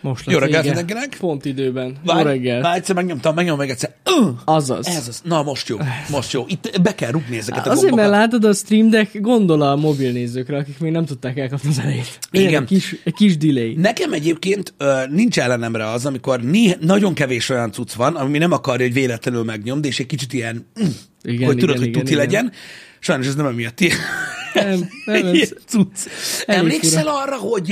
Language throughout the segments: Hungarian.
Most jó reggelt mindenkinek. Pont időben. Jó reggelt. Már egyszer megnyomom meg egyszer. Azaz. Ez az. Na, most jó. Most jó. Itt be kell rúgni ezeket a azért, gombokat. mert látod, a Stream Deck gondol a mobilnézőkre, akik még nem tudták elkapni az elejét. Igen. Egy kis delay. Nekem egyébként nincs ellenemre az, amikor nagyon kevés olyan cucc van, ami nem akarja, hogy véletlenül megnyomd, és egy kicsit ilyen, Igen, hogy tudod, igen, hogy tuti igen. legyen. Sajnos ez nem emiatt ilyen. Nem, Ilyen cucc. Emlékszel arra, hogy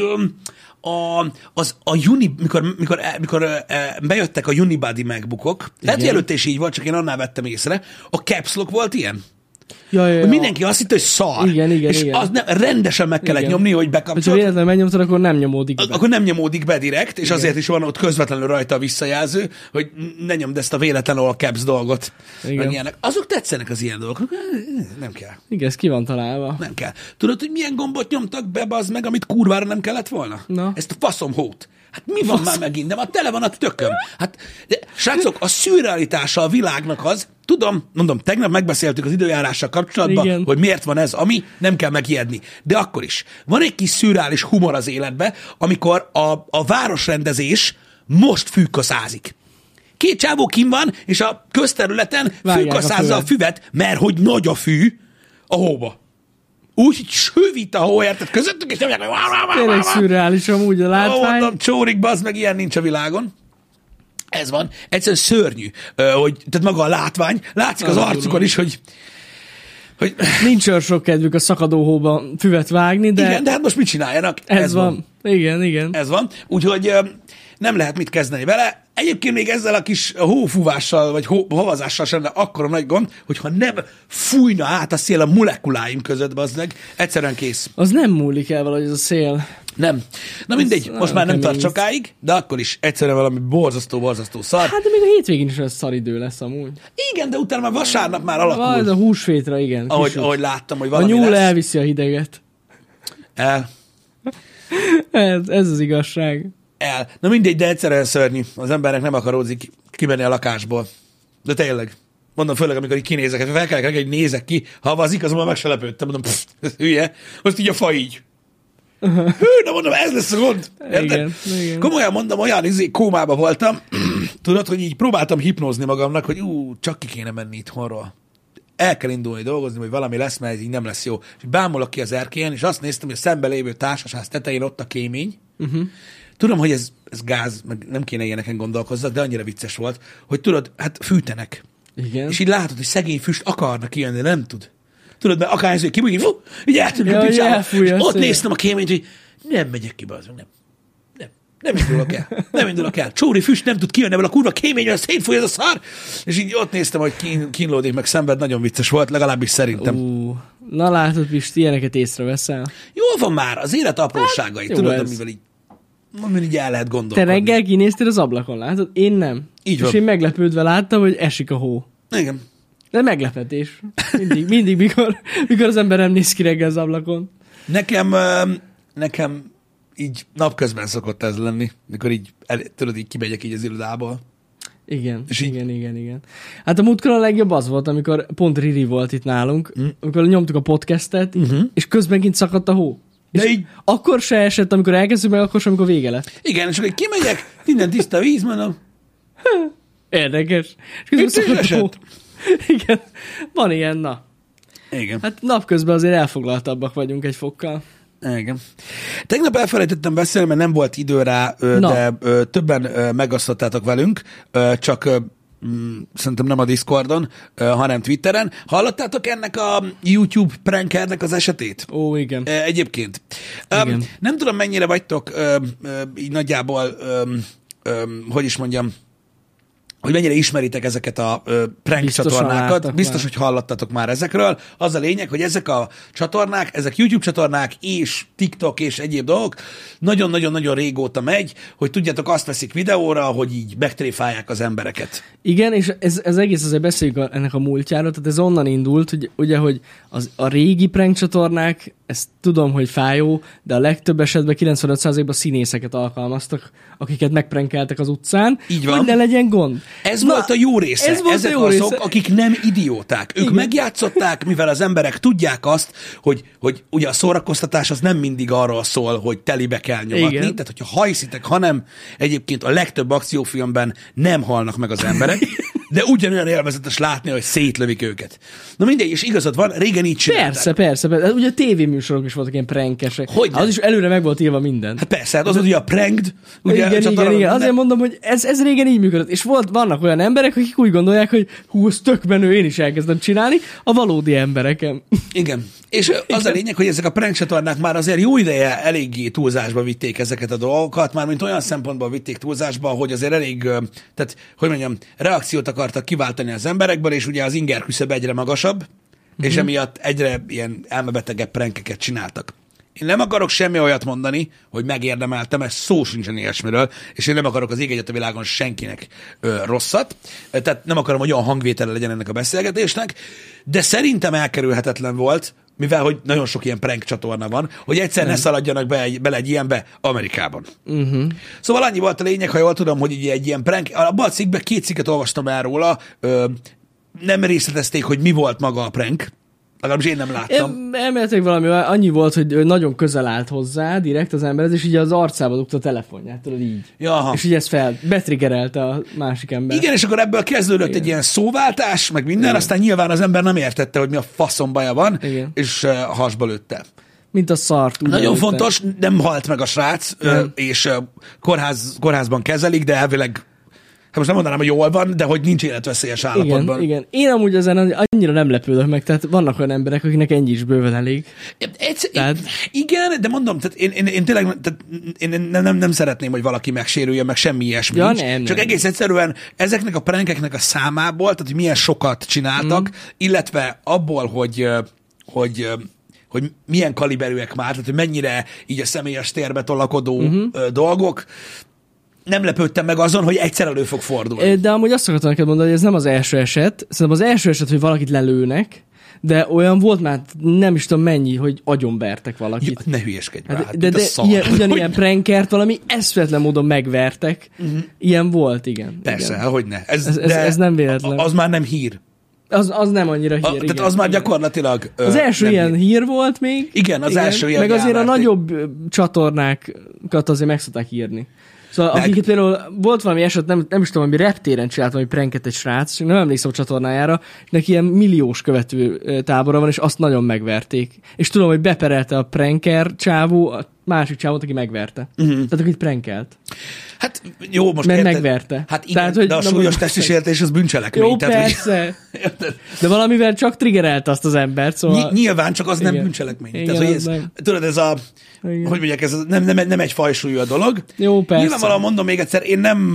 mikor bejöttek a Unibody MacBookok, lehet, hogy előtte is így volt, csak én annál vettem észre, a Caps Lock volt ilyen? Ja. Mindenki azt hitte, hogy szar. Igen, és az rendesen meg kellett nyomni, hogy Ha bekapcsolt. véletlenül megnyomtad, akkor nem nyomódik be. Akkor nem nyomódik be direkt, és azért is van ott közvetlenül rajta a visszajelző, hogy ne nyomd ezt a véletlenül a caps dolgot. Meg ilyenek. Azok tetszenek az ilyen dolgok. Nem kell. Igen, ez ki van találva. Nem kell. Tudod, hogy milyen gombot nyomtak be, bazd meg, amit kurvára nem kellett volna? Na. Ezt a faszom hót. Hát mi van már megint? De már tele van a tököm. Hát, de, srácok, a szürrealitása a világnak az, tudom, mondom, tegnap megbeszéltük az időjárással kapcsolatban, Igen. hogy miért van ez, ami nem kell megijedni. De akkor is. Van egy kis szürreális humor az életbe, amikor a városrendezés most fűkaszázik. Két csávó kim van, és a közterületen fűkaszázza a füvet, mert hogy nagy a fű a hóba. Úgy, hogy sövít a hó, érted közöttük, és nyomják, hogy... Tényleg szürreális amúgy a látvány. Mondom, csórik, bazd meg, ilyen nincs a világon. Ez van. Egyszerűen szörnyű, hogy, tehát maga a látvány. Látszik az arcukon is, hogy nincs olyan sok kedvük a szakadó hóba füvet vágni, de... Igen, de hát most mit csináljanak? Ez van. Igen. Ez van. Úgyhogy nem lehet mit kezdeni vele. Egyébként még ezzel a kis hófúvással, vagy havazással sem lenne akkora nagy gond, hogyha nem fújna át a szél a molekuláim között, bazd meg. Egyszerűen kész. Az nem múlik el valahogy ez a szél. Nem. Na mindegy, most már nem tart sokáig, de akkor is egyszerűen valami borzasztó szar. Hát de még a hétvégén is ez szar idő lesz amúgy. Igen, de utána már vasárnap már alakul. Majd a húsvétra, igen. Ahogy láttam, hogy a valami nyúl lesz. elviszi a hideget. Ez az igazság. Na mindegy, de egyszerűen szörnyű. Az embernek nem akaródzik kimenni a lakásból. De tényleg. Mondom, főleg, amikor így kinézek, fel kell reggel, hogy nézek ki, havazik, azonban meg se lepődtem. Mondom, ez hülye. Most így a fa így. De mondom, ez lesz a gond. Igen. Komolyan mondom, olyan kómába voltam, tudod, hogy így próbáltam hipnózni magamnak, hogy csak ki kéne menni itthonról. El kell indulni dolgozni, hogy valami lesz, mert ez így nem lesz jó. És bámulok ki az erkélyen, és azt néztem, hogy a szembe lévő társasház tetején ott a kémény. Tudom, hogy ez gáz, meg nem kéne ilyeneken gondolkozzak, de annyira vicces volt, hogy tudod, hát fűtenek. Igen. És így látod, hogy szegény füst akarnak kijönni, de nem tud. Tudod, mert akárhányszor kibújik, így eltűnik a picsába. És ott néztem a kéményt, hogy nem megyek ki be, az nem indulok el. Csóri füst nem tud kijönni ebből a kurva kéményből, szétfúj ez a szar. És így ott néztem, hogy kínlódik, meg szenved, nagyon vicces volt, legalábbis szerintem. Na látod, Pisti, ilyeneket észreveszel. Jól van már, az élet apróságai, hát, tudod, amivel így el lehet gondolkodni. Te reggel kinéztél az ablakon, látod? Én nem. Így van. És én meglepődve láttam, hogy esik a hó. Igen. De meglepetés. Mindig mikor az ember nem néz ki reggel az ablakon. Nekem így napközben szokott ez lenni, mikor így, tudod, így kimegyek így az irodából. Igen, igen. Hát a múltkor a legjobb az volt, amikor pont Riri volt itt nálunk, amikor nyomtuk a podcastet, és közben kint szakadt a hó. De így... Akkor se esett, amikor elkezdtük, meg akkor sem, amikor vége lett. Igen, és akkor kimegyek, minden tiszta víz, mondom. Érdekes. És közben szakadt a hó. Igen, van ilyen, na. Igen. Hát napközben azért elfoglaltabbak vagyunk egy fokkal. Igen. Tegnap elfelejtettem beszélni, mert nem volt idő rá, de többen megosztottátok velünk, csak szerintem nem a Discordon, hanem Twitteren. Hallottátok ennek a YouTube prankernek az esetét? Ó, igen. Egyébként. Igen. Nem tudom, mennyire vagytok így nagyjából, hogy is mondjam, hogy mennyire ismeritek ezeket a prank csatornákat. Biztos, hogy hallottatok már ezekről. Az a lényeg, hogy ezek a csatornák, ezek YouTube csatornák és TikTok és egyéb dolgok nagyon-nagyon-nagyon régóta megy, hogy tudjátok, azt veszik videóra, hogy így megtréfálják az embereket. Igen, és ez egész azért beszéljük ennek a múltjáról, tehát ez onnan indult, hogy ugye, hogy a régi prank csatornák, ezt tudom, hogy fájó, de a legtöbb esetben 95%-ban színészeket alkalmaztak, akiket megprenkeltek az utcán, így van. Hogy ne legyen gond. Ez volt a jó része. Ezek azok, akik nem idióták. Ők igen. megjátszották, mivel az emberek tudják azt, hogy ugye a szórakoztatás az nem mindig arról szól, hogy telibe kell nyomatni. Igen. Tehát, hogyha hajszitek, hanem egyébként a legtöbb akciófilmben nem halnak meg az emberek, de ugyanolyan élvezetes látni, hogy szétlövik őket. Na mindegy, és igazad van, régen így csinálták. Persze. Ugye a tévéműsorok is voltak ilyen prankesek. Az is előre meg volt írva minden. Hát persze, hát az ugye a pranked. Ugye, igen. Azért mondom, hogy ez régen így működött. És vannak olyan emberek, akik úgy gondolják, hogy hú, ez tök menő, én is elkezdem csinálni, a valódi embereken. Igen. És az a lényeg, hogy ezek a prank csatornák már azért jó ideje eléggé túlzásba vitték ezeket a dolgokat, már mint olyan szempontból vitték túlzásba, hogy azért elég, tehát, hogy mondjam, reakciót akartak kiváltani az emberekből, és ugye az inger küszöb egyre magasabb, és emiatt egyre ilyen elmebetegebb prankeket csináltak. Én nem akarok semmi olyat mondani, hogy megérdemeltem, ez szó sincsen ilyesmiről, és én nem akarok az ég egyet a világon senkinek rosszat, tehát nem akarom, hogy olyan hangvétele legyen ennek a beszélgetésnek, de szerintem elkerülhetetlen volt, mivel hogy nagyon sok ilyen prank csatorna van, hogy egyszer ne szaladjanak bele egy ilyenbe Amerikában. Szóval annyi volt a lényeg, ha jól tudom, hogy egy ilyen prank, abban a cikkben 2 cikket olvastam el róla, nem részletezték, hogy mi volt maga a prank, legalábbis én nem láttam. Elméletileg valami annyi volt, hogy nagyon közel állt hozzá direkt az emberhez, és így az arcába dugta a telefonját, tudod így. Jaha. És így ezt betriggerelte a másik ember. Igen, és akkor ebből kezdődött egy ilyen szóváltás, meg minden, igen. Aztán nyilván az ember nem értette, hogy mi a faszom baja van, igen. És hasba lőtte. Mint a szart. Nagyon fontos, nem halt meg a srác, és kórházban kezelik, de elvileg hát most nem mondanám, hogy jól van, de hogy nincs életveszélyes állapotban. Igen. Én amúgy ezen annyira nem lepődök meg, tehát vannak olyan emberek, akiknek ennyi is bőven elég. Igen, de mondom, tehát én tényleg én nem szeretném, hogy valaki megsérüljön, meg semmi ilyesmi nincs. Nem. Csak egész egyszerűen ezeknek a prankeknek a számából, tehát hogy milyen sokat csináltak, illetve abból, hogy milyen kaliberűek már, tehát hogy mennyire így a személyes térbe tolakodó dolgok, nem lepődtem meg azon, hogy egyszer elő fog fordulni. De amúgy azt akartam neked mondani, hogy ez nem az első eset. Szerintem az első eset, hogy valakit lelőnek, de olyan volt már nem is tudom mennyi, hogy agyonvertek valakit. Ja, ne hülyeskedj már. Hát, de ugyanilyen prankert valami eszületlen módon megvertek. Ilyen volt, igen. Persze, igen. Hogy ne. Ez nem véletlen. Az már nem hír. Az nem annyira hír. Tehát az már gyakorlatilag... Az első ilyen hír volt még. Igen, az első ilyen. Meg azért a nagyobb csatornákat azért meg szokták írni. Szóval akiket például volt valami eset, nem is tudom, ami reptéren csinált valami pranket egy srác, nem emlékszem a csatornájára, neki ilyen milliós követő tábora van, és azt nagyon megverték. És tudom, hogy beperelte a pranker csávó, a másik csávót, aki megverte. Tehát akit prankelt. Hát jó, most mert megverte. Hát igen, tehát, de a súlyos testi sértés az bűncselekmény. Jó, tehát, persze. De valamivel csak triggerelte azt az embert, szóval... Nyilván, csak az igen. Nem bűncselekmény. Igen, tehát, hogy tudod, ez a... Igen. Hogy mondják, ez nem egy fajsúlyú a dolog. Jó, persze. Nyilvánvalóan mondom még egyszer,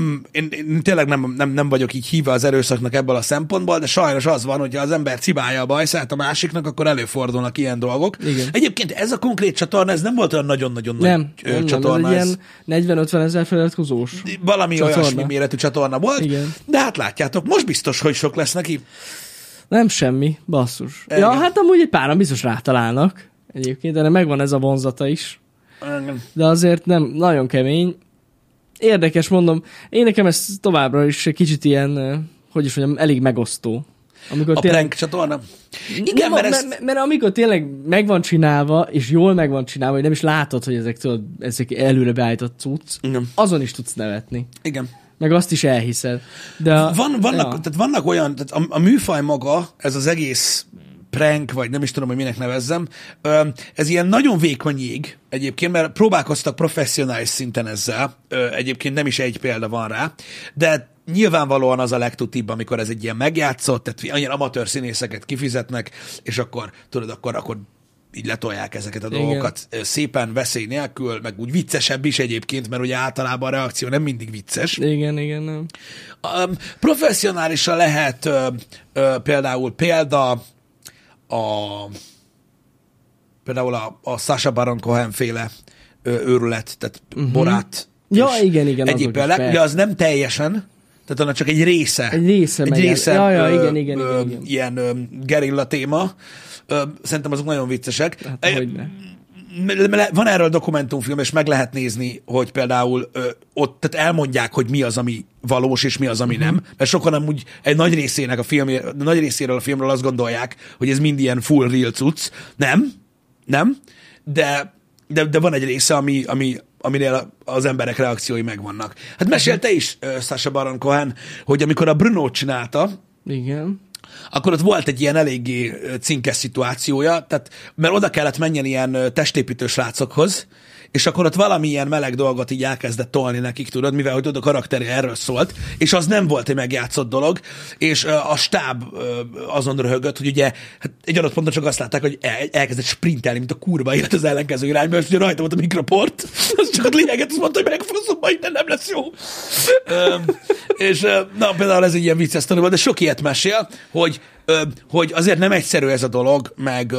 én tényleg nem vagyok így híve az erőszaknak ebből a szempontból, de sajnos az van, hogy ha az ember cibálja a bajszát a másiknak, akkor előfordulnak ilyen dolgok. Igen. Egyébként ez a konkrét csatorna, ez nem volt olyan nagyon-nagyon nagy csatorna. Ez egy ilyen 40-50 ezer feliratkozós valami csatorna. Olyasmi méretű csatorna volt, igen. De hát látjátok, most biztos, hogy sok lesz neki. Nem semmi, basszus. Igen. Ja, hát amúgy egy páran biztos rátalálnak. Egyébként, de megvan ez a vonzata is. Igen. De azért nem, nagyon kemény. Érdekes, mondom, én nekem ez továbbra is egy kicsit ilyen, hogy is mondjam, elég megosztó. Amikor a prank csatorna? Igen, mert amikor tényleg meg van csinálva, és jól meg van csinálva, hogy nem is látod, hogy ezek előre beállított cucc, azon is tudsz nevetni. Igen. Meg azt is elhiszed. De vannak olyan, tehát a műfaj maga, ez az egész prank, vagy nem is tudom, hogy minek nevezzem, ez ilyen nagyon vékony jég egyébként, mert próbálkoztak professzionális szinten ezzel, egyébként nem is egy példa van rá, de nyilvánvalóan az a legtutibb, amikor ez egy ilyen megjátszott, tehát ilyen amatőr színészeket kifizetnek, és akkor tudod, akkor így letolják ezeket a dolgokat szépen, veszély nélkül, meg úgy viccesebb is egyébként, mert ugye általában a reakció nem mindig vicces. Igen, nem. Professzionálisan lehet például például a Sacha Baron Cohen féle őrület, tehát Borát. Ja, igen. Egyéb példák, ugye az nem teljesen, tehát annak csak egy része. Egy része. Igen. Ilyen gerilla téma. Szerintem azok nagyon viccesek. Hát, hogyne. Van erről dokumentumfilm, és meg lehet nézni, hogy például ott tehát elmondják, hogy mi az, ami valós, és mi az, ami nem. Mert sokan amúgy egy nagy részéről a filmről azt gondolják, hogy ez mind ilyen full real cucc. Nem. De van egy része, aminél az emberek reakciói megvannak. Hát mesélte is Sacha Baron Cohen, hogy amikor a Brunót csinálta, igen, akkor ott volt egy ilyen eléggé cinkes szituációja, tehát, mert oda kellett menjen ilyen testépítő srácokhoz, és akkor ott valamilyen meleg dolgot így elkezdett tolni nekik, tudod, mivel hogy a karaktere erről szólt, és az nem volt egy megjátszott dolog, és a stáb azon röhögött, hogy ugye hát egy adott ponton csak azt látták, hogy elkezdett sprintelni, mint a kurva élet az ellenkező irányba, és ugye rajta volt a mikroport, az csak a lényeget, azt mondta, hogy meg faszomba, innen nem lesz jó. És na, például ez egy ilyen vicces sztori volt, de sok ilyet mesél, hogy azért nem egyszerű ez a dolog, meg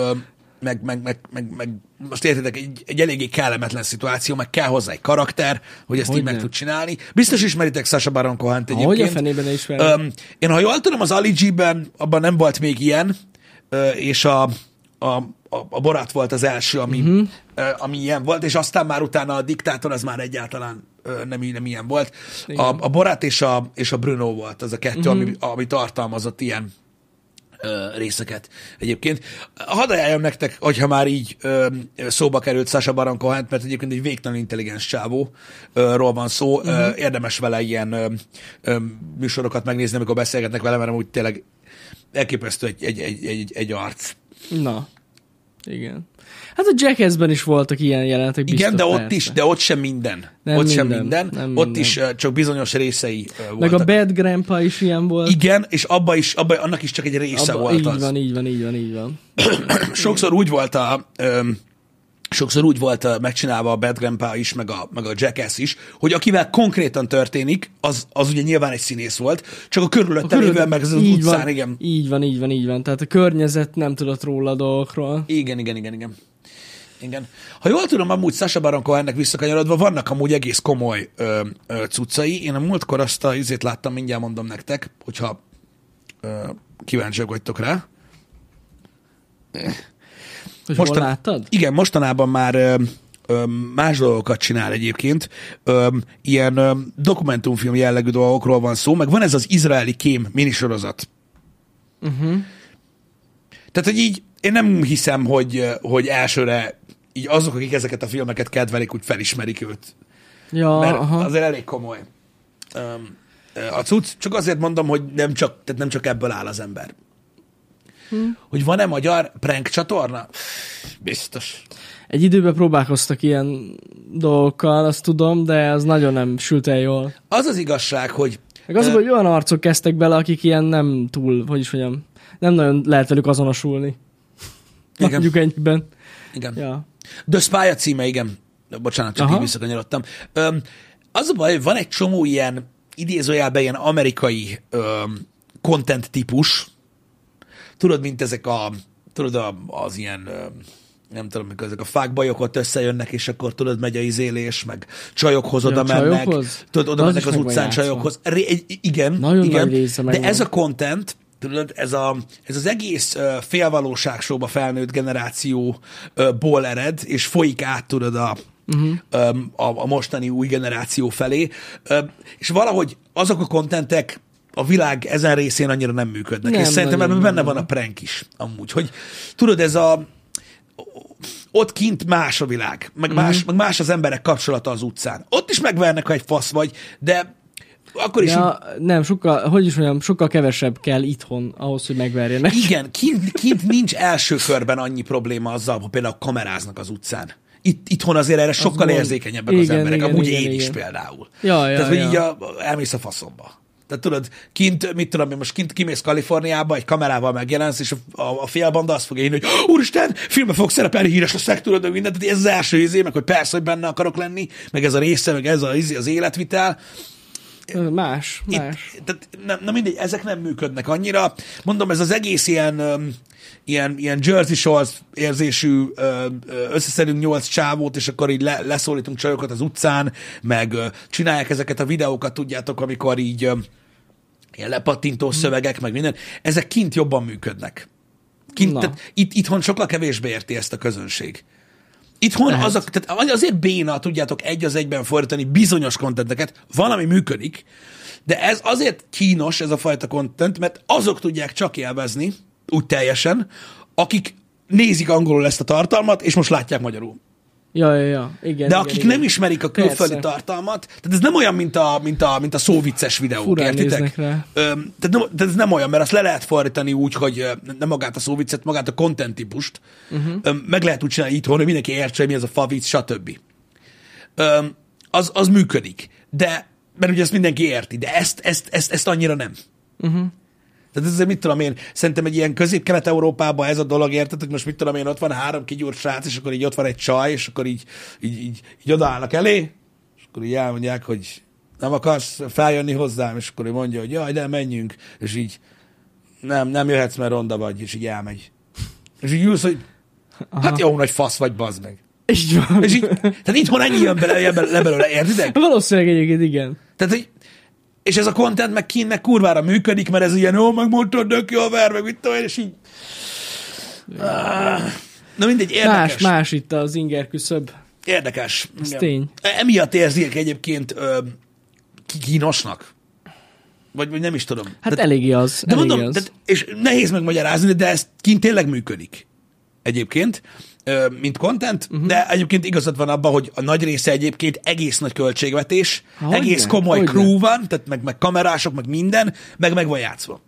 most értitek, egy eléggé kellemetlen szituáció, meg kell hozzá egy karakter, hogy ezt így meg tud csinálni. Biztos ismeritek Sacha Baron Cohent egyébként. Hogy a fenében ne ismerem. Én, ha jól tudom, az Ali G-ben abban nem volt még ilyen, és a Borat volt az első, ami ilyen volt, és aztán már utána a Diktátor az már egyáltalán nem ilyen volt. A Borat és a Bruno volt az a kettő, ami tartalmazott ilyen részeket egyébként. Hadd ajánljam nektek, hogyha már így szóba került Sacha Baron Cohent, mert egyébként egy végtelenül intelligens csávóról van szó. Érdemes vele ilyen műsorokat megnézni, amikor beszélgetnek vele, mert amúgy tényleg elképesztő egy arc. Na, igen. Hát a Jackassben is voltak ilyen jelenetek. Igen, de ott sem minden. Nem ott is csak bizonyos részei voltak. Meg a Bad Grandpa is ilyen volt. Igen, és annak is csak egy része volt az. Így van. Sokszor úgy volt megcsinálva a Bad Grandpa is, meg a Jackass is, hogy akivel konkrétan történik, az ugye nyilván egy színész volt, csak a körülötte lévő meg az utcán, igen. Így van. Tehát a környezet nem tudott róla a dolgokról. Igen. Ha jól tudom, amúgy Sacha Baron Cohennek visszakanyarodva vannak amúgy egész komoly cuccai. Én a múltkor azt a izét láttam, mindjárt mondom nektek, hogyha kíváncsiak vagytok rá. Hol láttad? Igen, mostanában már más dolgokat csinál egyébként. Ilyen dokumentumfilm jellegű dolgokról van szó, meg van ez az izraeli kém minisorozat. Tehát, hogy így én nem hiszem, hogy elsőre így azok, akik ezeket a filmeket kedvelik, úgy felismerik őt. Ja, mert azért elég komoly a cucc. Csak azért mondom, hogy nem csak ebből áll az ember. Hogy van-e magyar prank csatorna? Biztos. Egy időben próbálkoztak ilyen dolgokkal, azt tudom, de az nagyon nem sült el jól. Az az igazság, hogy... Meg azok, hogy olyan arcok kezdtek bele, akik ilyen nem túl, hogy is mondjam, nem nagyon lehet velük azonosulni. Igen. Mondjuk ennyiben. Igen. Ja. The Spy a címe, igen. Bocsánat, csak így visszakanyarodtam. Az a baj, van egy csomó ilyen idézőjelben ilyen amerikai content típus. Tudod, mint ezek az ilyen nem tudom, mikor ezek a fákbajok ott összejönnek, és akkor tudod, megy a izélés, meg csajokhoz oda mennek. Tudod, oda mennek az utcán csajokhoz. Igen, nagyon igen. De ez a content, tudod, ez az egész félvalóságsóba felnőtt generációból ered, és folyik át, tudod, a mostani új generáció felé. És valahogy azok a contentek a világ ezen részén annyira nem működnek. És szerintem ebben benne van a prank is, amúgy. Hogy tudod, ez ott kint más a világ, meg más az emberek kapcsolata az utcán. Ott is megvernek, ha egy fasz vagy, de akkor is... Ja, nem, sokkal kevesebb kell itthon ahhoz, hogy megverjenek. Igen, kint nincs első körben annyi probléma azzal, hogy például kameráznak az utcán. Itthon azért erre sokkal érzékenyebbek az emberek, amúgy én is például. Tehát, hogy így elmész a faszomba. Tehát tudod, mit tudom én, most kint kimész Kaliforniába, egy kamerával megjelensz, és a félbanda azt fogja írni, hogy úristen, filmben fog szerepelni, híres leszek, tudod, meg mindent. Tehát ez az első izé, meg hogy persze, hogy benne akarok lenni, meg ez a része, meg ez az életvitel. Más. Tehát na mindegy, ezek nem működnek annyira. Mondom, ez az egész ilyen Jersey Shore érzésű, összeszedünk 8 csávót, és akkor így leszólítunk csajokat az utcán, meg csinálják ezeket a videókat, tudjátok, amikor így ilyen lepattintó szövegek, meg minden. Ezek kint jobban működnek. Tehát itthon sokkal kevésbé érti ezt a közönség. Itthon tehát azért béna, tudjátok, egy az egyben fordítani bizonyos kontenteket, valami működik, de ez azért kínos, ez a fajta content, mert azok tudják csak élvezni, úgy teljesen, akik nézik angolul ezt a tartalmat, és most látják magyarul. Ja. Igen, de akik nem ismerik a külföldi tartalmat, tehát ez nem olyan, mint a szóvicces videók, furán értitek? Tehát ez nem olyan, mert azt le lehet fordítani úgy, hogy nem magát a szóviccet, magát a content típust, meg lehet úgy csinálni itthon, hogy mindenki értse, hogy mi ez a favicc, stb. Az működik. De, mert ugye ezt mindenki érti, de ezt annyira nem. Tehát ez azért, mit tudom én, szerintem egy ilyen Közép-Kelet-Európában ez a dolog, érted, hogy most mit tudom én, ott van 3 kigyúrt srác, és akkor így ott van egy csaj, és akkor így odaállnak elé, és akkor így elmondják, hogy nem akarsz feljönni hozzám, és akkor ő mondja, hogy jaj, de menjünk, és így nem jöhetsz, mert ronda vagy, és így elmegy. És így ülsz, hogy hát jó nagy fasz vagy, bazd meg. És így, tehát itthon ennyi jön le belőle, értitek? Valószínűleg egyébként igen. Tehát, hogy és ez a content meg kint meg kurvára működik, mert ez ilyen, megmondtad neki a ver, meg mit tudom én, és így... Na mindegy, érdekes. Más itt az inger küszöb. Érdekes. Ez tény. Emiatt érzik egyébként kínosnak. Vagy nem is tudom. Hát eléggé az. De mondom, és nehéz megmagyarázni, de ez kint tényleg működik. Egyébként, mint content, de egyébként igazad van abban, hogy a nagy része egyébként egész nagy költségvetés, egész komoly crew van, tehát meg kamerások, meg minden, meg van játszva.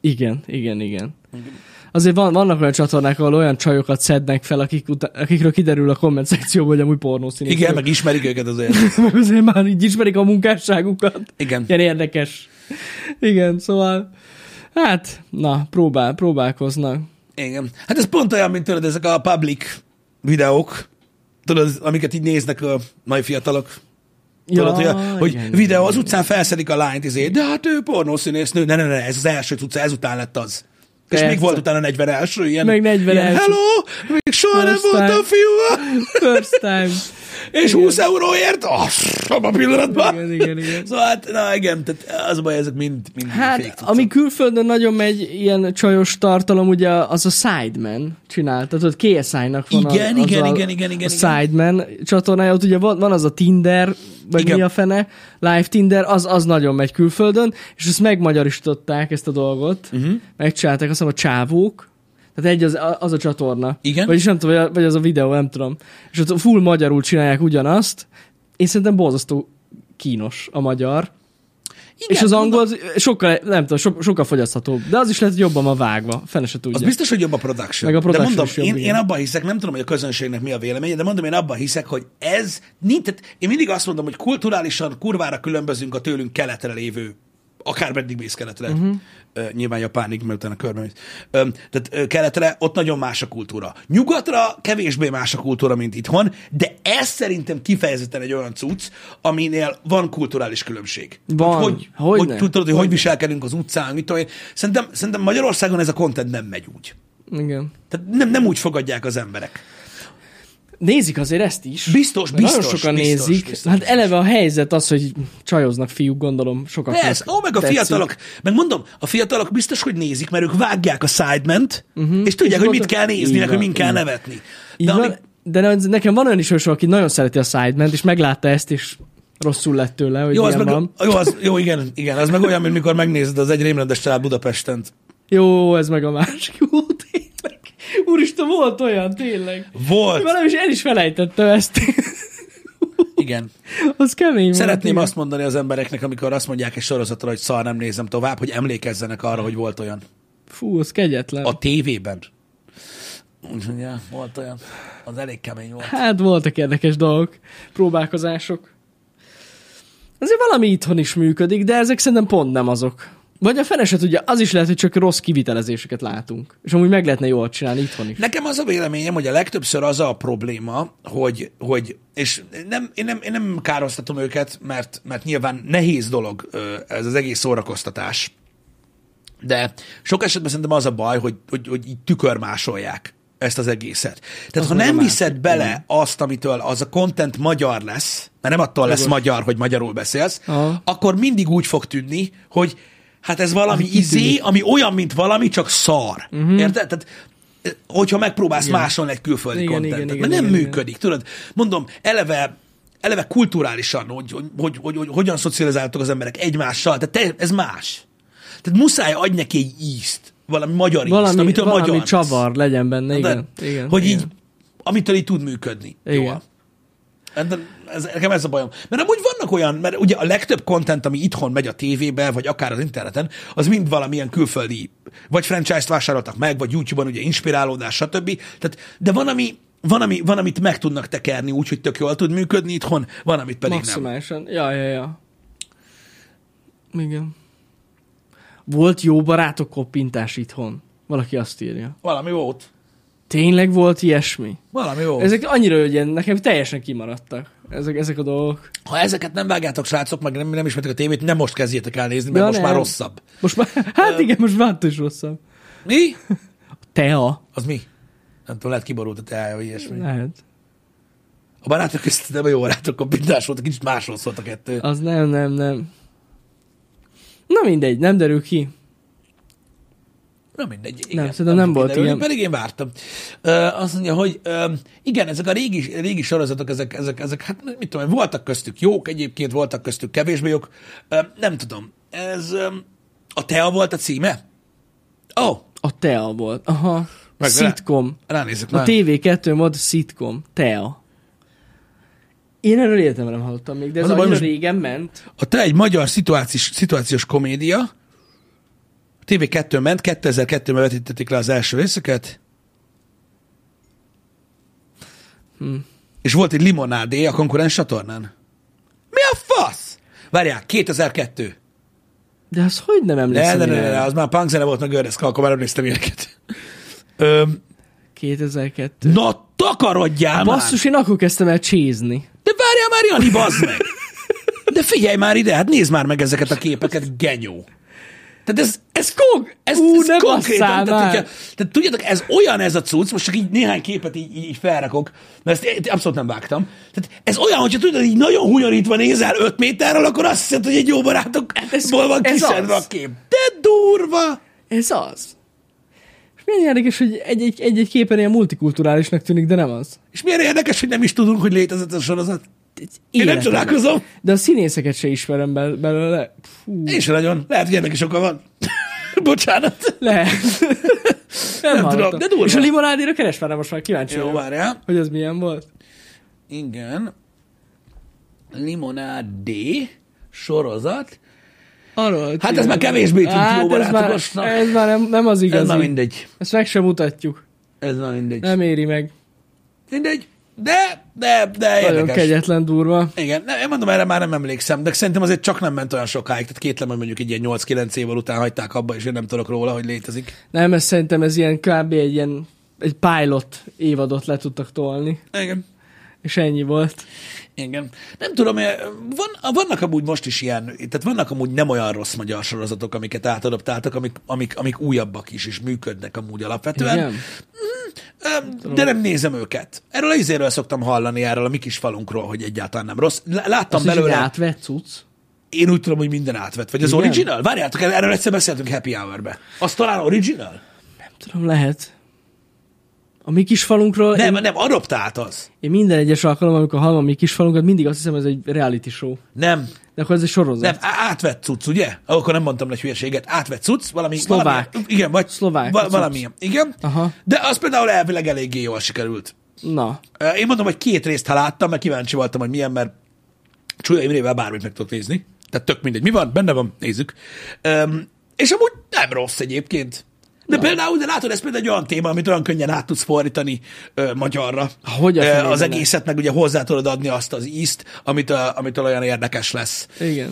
Igen. Azért vannak olyan csatornák, ahol olyan csajokat szednek fel, akikről kiderül a komment szekcióban, hogy amúgy pornószínészek. Igen, meg ismerik őket azért. Meg azért már így ismerik a munkásságukat. Igen. Ilyen érdekes. Igen, szóval hát, na, próbálkoznak. Igen. Hát ez pont olyan, mint tudod, ezek a public videók, tudod, amiket így néznek a mai fiatalok. Tudod, hogy igen, videó, az utcán felszedik a lányt, de hát ő pornószínésznő. Ne, ez az első cucca, ezután lett az. Persze. És még volt utána 41. ilyen. Meg 41. Ilyen, hello, még soha nem voltam fiúval. First time. És igen. 20 euróért? Abban a pillanatban. Igen. Szóval hát, na igen, tehát az a baj, ezek mind hát, ami külföldön nagyon megy ilyen csajos tartalom, ugye az a Sideman csinálta. Tehát KSI-nak van igen, a Sideman csatornája. Ott ugye van az a Tinder, vagy igen. Mi a fene, live Tinder, az nagyon megy külföldön, és ezt megmagyarították, ezt a dolgot. Megcsinálták, azt hiszem, a csávók. Tehát az a csatorna. Igen? Vagyis nem tudom, vagy az a videó, nem tudom. És ott full magyarul csinálják ugyanazt. Én szerintem borzasztó kínos a magyar. Igen, és az angol sokkal, nem tudom, sokkal fogyaszthatóbb. De az is lehet, hogy jobban van vágva. Fene se tudja. Az biztos, hogy jobb a production. Meg a production de mondom, jobb, én abban hiszek, nem tudom, hogy a közönségnek mi a véleménye, de mondom, én abban hiszek, hogy ez nincs. Tehát én mindig azt mondom, hogy kulturálisan kurvára különbözünk a tőlünk keletre lévő, akár meddig mész keletre, nyilván Japánig, mert utána körbe mész. Tehát keletre, ott nagyon más a kultúra. Nyugatra kevésbé más a kultúra, mint itthon, de ez szerintem kifejezetten egy olyan cucc, aminél van kulturális különbség. Van. Hogy viselkedünk az utcán, mit tudom én. Szerintem Magyarországon ez a content nem megy úgy. Igen. Tehát nem úgy fogadják az emberek. Nézik azért ezt is. Biztos. Nagyon sokan nézik. Biztos. Hát eleve a helyzet az, hogy csajoznak fiúk, gondolom, sokaknak. Ez, meg a fiatalok, meg mondom, a fiatalok biztos, hogy nézik, mert ők vágják a Sidement, és tudják, hogy mit kell nézni, meg hogy min kell nevetni. De nekem van olyan is, aki nagyon szereti a Sidement, és meglátta ezt, és rosszul lett tőle, hogy milyen van. Jó, igen, az meg olyan, mint mikor megnézed az Egy rémrendes család Budapesten. Jó, ez meg a másik. Jó, tényleg. Úristen, volt olyan, tényleg. Volt. Valahogy el is felejtettem ezt. Igen. Az kemény. Szeretném azt mondani az embereknek, amikor azt mondják egy sorozatra, hogy szar, nem nézem tovább, hogy emlékezzenek arra, hogy volt olyan. Fú, az kegyetlen. A tévében. Úgyhogy volt olyan. Az elég kemény volt. Hát voltak érdekes dolgok, próbálkozások. Azért valami itthon is működik, de ezek szerintem pont nem azok. Vagy a fene se tudja, az is lehet, hogy csak rossz kivitelezéseket látunk. És amúgy meg lehetne jól csinálni itthon is. Nekem az a véleményem, hogy a legtöbbször az a probléma, hogy és én nem károztatom őket, mert nyilván nehéz dolog ez az egész szórakoztatás. De sok esetben szerintem az a baj, hogy így tükörmásolják ezt az egészet. Tehát ha nem viszed bele azt, amitől az a content magyar lesz, mert nem attól lesz magyar, hogy magyarul beszélsz, akkor mindig úgy fog tűnni, hogy hát ez valami ami olyan, mint valami, csak szar. Érted? Tehát hogyha megpróbálsz másolni egy külföldi kontentet. Mert nem működik, tudod? Mondom, eleve kulturálisan, hogy hogyan szocializáltak az emberek egymással, tehát ez más. Tehát muszáj adj neki egy ízt, valami magyar ízt, amitől magyar. Valami csavar legyen benne, igen. Hogy így, amitől így tud működni. Igen. Jól. Nekem ez a bajom. Mert amúgy vannak olyan, mert ugye a legtöbb content, ami itthon megy a tévébe, vagy akár az interneten, az mind valamilyen külföldi, vagy franchise-t vásároltak meg, vagy YouTube-on ugye inspirálódás, stb. Tehát, de van, amit meg tudnak tekerni úgy, hogy tök jól tud működni itthon, van, amit pedig maximálisan. Ja. Igen. Volt jó barátok koppintás itthon. Valaki azt írja. Valami volt. Tényleg volt ilyesmi? Valami volt. Ezek annyira ugye nekem teljesen kimaradtak. Ezek a dolgok. Ha ezeket nem vágjátok, srácok, meg nem ismertek a tévét, nem most kezdjétek el nézni, mert most már rosszabb. Igen, most már is rosszabb. Mi? A tea. Az mi? Nem tudom, lehet kiborult a teája, vagy ilyesmi. Lehet. A barátok között nem a jó barátok koppintás volt, kicsit másról szólt a kettő. Az nem. Na mindegy, nem derül ki. Na mindegy. Igen, nem, szerintem nem volt ilyen. Pedig én vártam. Azt mondja, hogy igen, ezek a régi sorozatok, ezek, hát mit tudom, voltak köztük jók, egyébként voltak köztük kevésbé jók. Nem tudom. Ez a Tea volt a címe? A Tea volt. Aha. Sitcom. Ránézzük már. A TV2 mod sitcom. Tea. Én erről életemben nem hallottam még, de ez annyira régen ment. A Tea egy magyar szituációs komédia. TV2 ment, 2002-ben vetítették le az első részeket. És volt egy Limonádé a konkurens csatornán. Mi a fasz? Várjál, 2002. De az hogy nem emlékszem? Ne, az már punkzene volt, meg Gördeszka, akkor már emlékszem ilyeneket. 2002. Na, takarodjál már! Basszus, én akkor kezdtem el csézni. De várjál már, Jani, bazd meg! De figyelj már ide, hát nézd már meg ezeket a képeket, genyó. Tehát ez konkrétan, tehát tudjátok, ez olyan ez a cucc, most csak így néhány képet így felrakok, mert ezt abszolút nem vágtam. Tehát ez olyan, hogyha tudod, így nagyon hunyorítva nézel 5 méterről, akkor azt hiszed, hogy egy jó barátokból van kiszedve a kép. De durva! Ez az. És milyen érdekes, hogy egy képen ilyen multikulturálisnak tűnik, de nem az. És milyen érdekes, hogy nem is tudunk, hogy létezett a sorozat. Én nem csodálkozom. De a színészeket se ismerem belőle. Én sem nagyon. Lehet, hogy ennek is oka van. Bocsánat. Lehet. nem tudom, de durva. És a limonádéra keres már, most már kíváncsi. Jó, várjál. Hogy az milyen volt? Igen. Limonádé sorozat. Arról hát ez már kevésbé tűnt jó barátokosnak. Ez már nem az igazi. Ez már mindegy. Ezt meg sem mutatjuk. Ez már mindegy. Nem éri meg. Mindegy. De nagyon érdekes. Kegyetlen, durva. Igen, én mondom, erre már nem emlékszem, de szerintem azért csak nem ment olyan sokáig, tehát kétlem, hogy mondjuk egy ilyen 8-9 év után hagyták abba, és én nem tudok róla, hogy létezik. Nem, ez szerintem ez ilyen kb. Egy pilot évadot le tudtak tolni. Igen. És ennyi volt. Igen. Nem tudom, vannak amúgy most is ilyen, tehát vannak amúgy nem olyan rossz magyar sorozatok, amiket átadaptáltak, amik újabbak is, és működnek amúgy alapvetően. Igen. De nem nézem őket. Erről az izéről szoktam hallani, erről a mi kis falunkról, hogy egyáltalán nem rossz. Láttam belőle. Az átvett cucc? Én úgy tudom, hogy minden átvett. Vagy az igen? Original? Várjátok, erről egyszer beszéltünk Happy Hour-be. Az talán original? Nem tudom, lehet. A mi kis falunkról... Nem, adoptált az. Én minden egyes alkalommal, amikor hallom a mi kis falunkat, mindig azt hiszem, ez egy reality show. Nem. De akkor ez egy sorozat. Nem, átvett cucc, ugye? Akkor nem mondtam egy hülyeséget. Átvett cucc, valami... Szlovák. Igen, vagy szlovák. Valamilyen. Igen. Aha. De az például elvileg eléggé jól sikerült. Na. Én mondom, hogy 2 részt, ha láttam, mert kíváncsi voltam, hogy milyen, mert Csúlya Imrével bármit meg tudok nézni. Tehát tök mindegy. Mi van? Benne van. Nézzük. És amúgy nem rossz egyébként. De például, de látod, ez például egy olyan téma, amit olyan könnyen át tudsz fordítani magyarra. Az egészet, meg ugye hozzá tudod adni azt az ízt, amitől olyan érdekes lesz. Igen.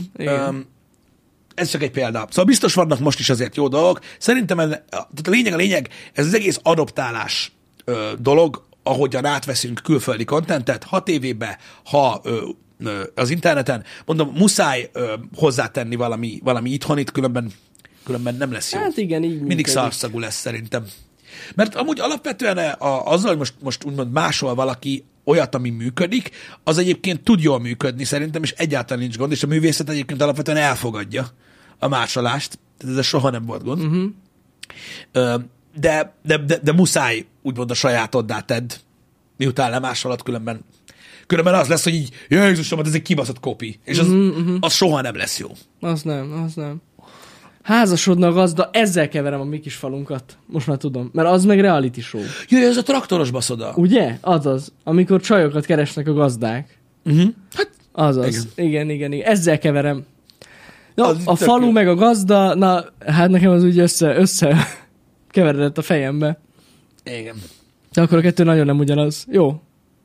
Ez csak egy példa. Szóval biztos vannak most is azért jó dolgok. Szerintem tehát a lényeg, ez az egész adoptálás dolog, ahogyan átveszünk külföldi kontentet, ha tévébe, ha az interneten, mondom, muszáj hozzátenni valami itthonit, különben nem lesz jó. Hát igen, így mindig szarszagú lesz szerintem. Mert amúgy alapvetően azzal, hogy most úgymond másol valaki olyat, ami működik, az egyébként tud jól működni szerintem, és egyáltalán nincs gond, és a művészet egyébként alapvetően elfogadja a másolást. Tehát ez soha nem volt gond. de muszáj úgymond a sajátoddá tedd, miután lemásolod, különben az lesz, hogy így, Jézusom, ez egy kibaszott kopi, és az soha nem lesz jó. Az nem. Házasodna a gazda, ezzel keverem a mi kis falunkat. Most már tudom, mert az meg reality show. Jöjj, ez a traktoros baszoda. Ugye? Azaz. Amikor csajokat keresnek a gazdák. Hát, azaz. Igen. Ezzel keverem. Ja, a falu jó. Meg a gazda, na, hát nekem az úgy össze keveredett a fejembe. Igen. De akkor a kettő nagyon nem ugyanaz. Jó.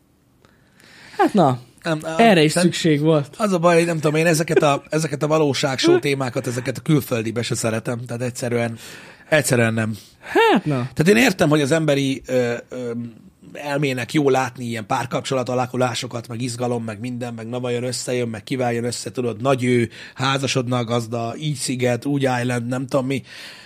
Hát na, erre is szükség volt. Az a baj, hogy nem tudom, én ezeket a valóságshow témákat, ezeket a külföldibe se szeretem, tehát egyszerűen nem. Hát na. Tehát én értem, hogy az emberi elmének jó látni ilyen párkapcsolat alakulásokat, meg izgalom, meg minden, meg na vajon összejön, meg kiváljon össze, tudod, nagy ő, házasodna a gazda, így sziget, úgy island, nem tudom mi.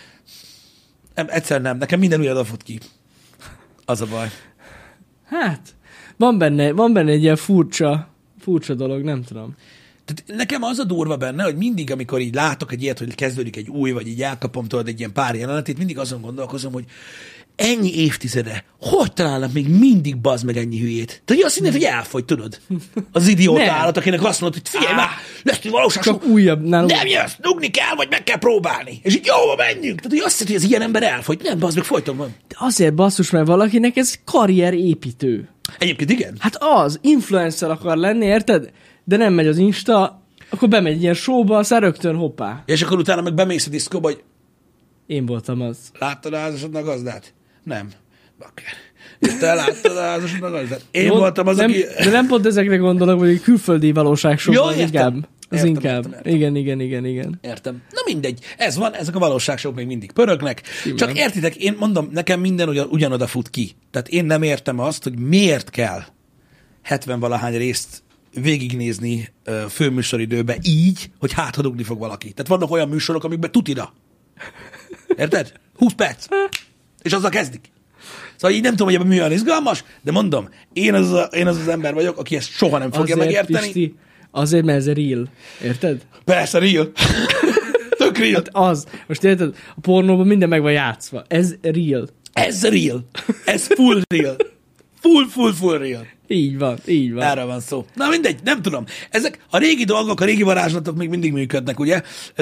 Egyszer nem, nekem minden úgy adafut ki. Az a baj. Hát, van benne egy ilyen furcsa dolog, nem tudom. Tehát nekem az a durva benne, hogy mindig, amikor így látok egy ilyet, hogy kezdődik egy új, vagy így elkapom tőled egy ilyen pár jelenetét, mindig azon gondolkozom, hogy ennyi évtizede, hogy találnak még mindig bazd meg ennyi hülyét? Tehát azt hinnéd, hogy elfogy, tudod? Az idióta állat, akinek azt mondod, hogy figyelj már, lesz egy valóság. Csak újabb nálunk. Nem jössz, dugni kell, vagy meg kell próbálni. És így jóba menjünk. Tehát, hogy azt hiszed, hogy az ilyen ember elfogy. Nem, bazd meg, folyton van. De azért basszus, mert valakinek ez karrierépítő. Egyébként igen. Hát az, influencer akar lenni, érted? De nem megy az Insta, akkor bemegy ilyen showba, aztán rögtön hoppá. És akkor utána meg bemész a diszkóba, hogy én voltam az. Láttad a házasodnak gazdát? Nem. Bakker. És te láttad a házasodnak gazdát? Én voltam az, aki... De nem pont ezekre gondolok, hogy külföldi valóságsokban inkább. Az inkább. Igen. Értem. Na mindegy. Ez van, ezek a valóságsok még mindig pörögnek. Simán. Csak értitek, én mondom, nekem minden ugyanoda fut ki. Tehát én nem értem azt, hogy miért kell 70-valahány részt végignézni főműsoridőbe így, hogy ha dugni fog valaki. Tehát vannak olyan műsorok, amikben tutira. Érted? 20 perc. És azzal kezdik. Szóval így nem tudom, hogy ebben mi olyan izgalmas, de mondom, én az ember vagyok, aki ezt soha nem fogja azért, megérteni. Pisti, azért, mert ez real. Érted? Persze, real. Tök real. Hát az. Most érted? A pornóban minden meg van játszva. Ez real. Ez real. Ez full real. Full real. Így van. Erről van szó. Na mindegy, nem tudom. Ezek a régi dolgok, a régi varázslatok még mindig működnek, ugye?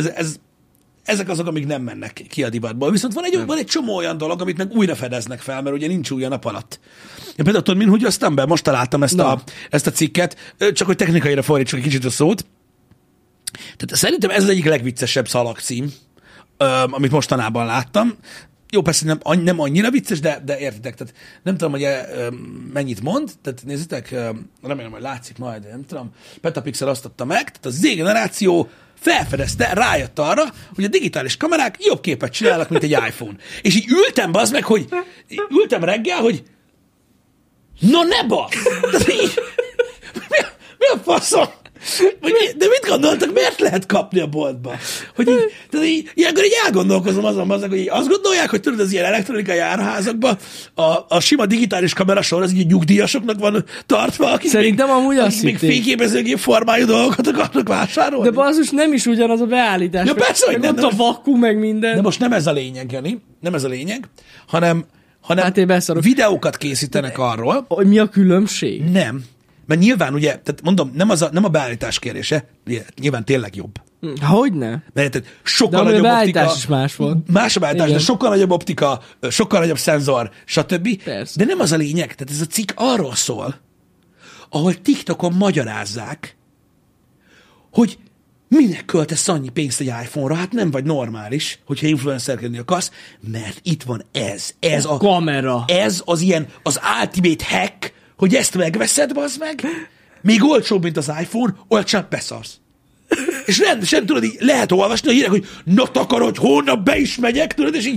Ezek azok, amik nem mennek ki a divatból. Viszont van egy csomó olyan dolog, amit meg újra fedeznek fel, mert ugye nincs új a nap alatt. Én például tudod, hogy húgyoztam be? Most találtam ezt a cikket, csak hogy technikaira fordítsuk egy kicsit a szót. Tehát szerintem ez az egyik legviccesebb szalagcím, amit mostanában láttam. Jó, persze nem annyira vicces, de értitek. Tehát nem tudom, hogy mennyit mond, tehát nézzétek, remélem, hogy látszik majd, nem tudom. Petapixel azt adta meg, tehát a Z generáció felfedezte, rájött arra, hogy a digitális kamerák jobb képet csinálnak, mint egy iPhone. És így ültem be az meg, hogy ültem reggel, hogy na ne basz! Mi a faszom? De mit gondoltak, miért lehet kapni a boltba? Hogy ilyenkor így elgondolkozom azon, hogy így azt gondolják, hogy tudod, az ilyen elektronikai árházakban a sima digitális kamerasor az így nyugdíjasoknak van tartva, akik szerintem amúgy azt még fényképezőgép formájú dolgokat akarnak vásárolni. De basszus, nem is ugyanaz a beállítás. Ja, persze, hogy nem. Ott a vakku, meg minden. De most nem ez a lényeg, Jani. Nem ez a lényeg, hanem hát videókat készítenek arról. Hogy mi a különbség? Nem. Mert nyilván ugye, tehát mondom, nem a beállítás kérdése, nyilván tényleg jobb. Hogyne? Mert sokkal nagyobb optika. Is más volt. Más a beállítás, de sokkal nagyobb optika, sokkal nagyobb szenzor, stb. Persze. De nem az a lényeg. Tehát ez a cikk arról szól, ahol TikTokon magyarázzák, hogy minek költesz annyi pénzt egy iPhone-ra? Hát nem vagy normális, hogyha influencerkedni akarsz, mert itt van ez a kamera. Ez az ilyen, az ultimate hack, hogy ezt megveszed, bazd meg, még olcsóbb, mint az iPhone, olyat csak beszarsz. És rendesen, tudod, így lehet olvasni a hírek, hogy na takarodj, hónap be is megyek, tudod, és így...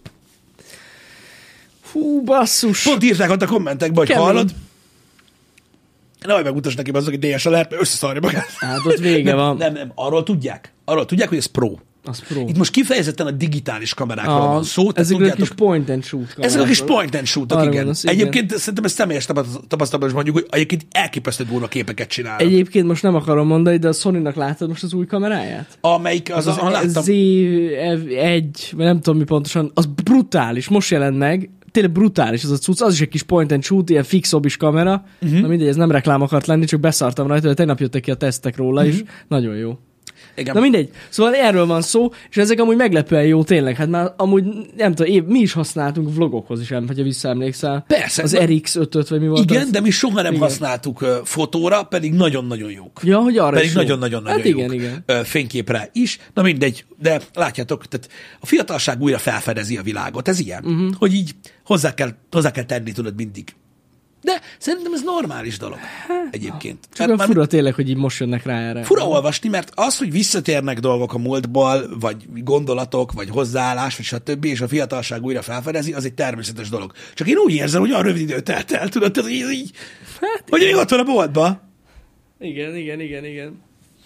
Hú, basszus. Pont írták ott a kommentekben, hogy hallod. Nehogy megmutasd neki, azok, hogy DS-a lehet, mert összeszarja magát. Hát ott vége van. Nem, arról tudják, hogy ez pro. Az pro. Itt most kifejezetten a digitális kamerákról van szó. Ezek a kis point and shoot kamerák. Ezek a kis point and shoot-ok, igen. Mondasz, igen. Egyébként szerintem ez személyes tapasztalatban is mondjuk, hogy egyébként elképesztő durva képeket csinálnak. Egyébként most nem akarom mondani, de a Sony-nak láttad most az új kameráját? Amelyik az láttam. Z1, vagy nem tudom mi pontosan, az brutális, most jelent meg, tényleg brutális az a cucc, az is egy kis point and shoot, ilyen fix-obis kamera, na mindegy, ez nem reklám akart lenni, csak beszartam rajta, de tegnap jöttek ki a tesztek róla is, nagyon jó. Igen. Na mindegy, szóval erről van szó, és ezek amúgy meglepően jó tényleg, hát már amúgy nem tudom, mi is használtunk vlogokhoz is, hogyha visszaemlékszel. Persze. Az RX5-öt, vagy mi volt igen, az? de mi soha nem igen. használtuk fotóra, pedig nagyon-nagyon jók. Ja, hogy arra pedig is nagyon-nagyon hát jók igen, igen. Fényképre is. Na mindegy, de látjátok, tehát a fiatalság újra felfedezi a világot. Ez ilyen, hogy így hozzá kell tenni, tudod, mindig. De szerintem ez normális dolog egyébként. Csak olyan fura tényleg, hogy így most jönnek rá erre. Fura olvasni, mert az, hogy visszatérnek dolgok a múltból, vagy gondolatok, vagy hozzáállás, vagy stb., és a fiatalság újra felfedezi, az egy természetes dolog. Csak én úgy érzem, hogy olyan rövid idő telt el, tudod, tehát, hogy így, hogy még ott van a boltba. Igen. Igen.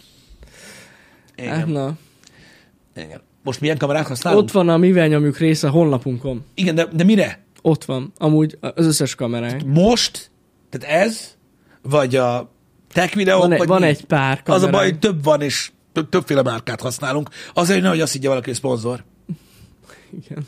Hát na. Igen. Most milyen kamerát használunk? Ott van a mivel nyomjuk része a honlapunkon. Igen, de mire? Ott van. Amúgy az összes kameránk. Most? Tehát ez? Vagy a tech videók? Van egy pár kameránk. Az a baj, hogy több van, és többféle márkát használunk. Azért nehogy azt higgye valaki, hogy szponzor. Igen.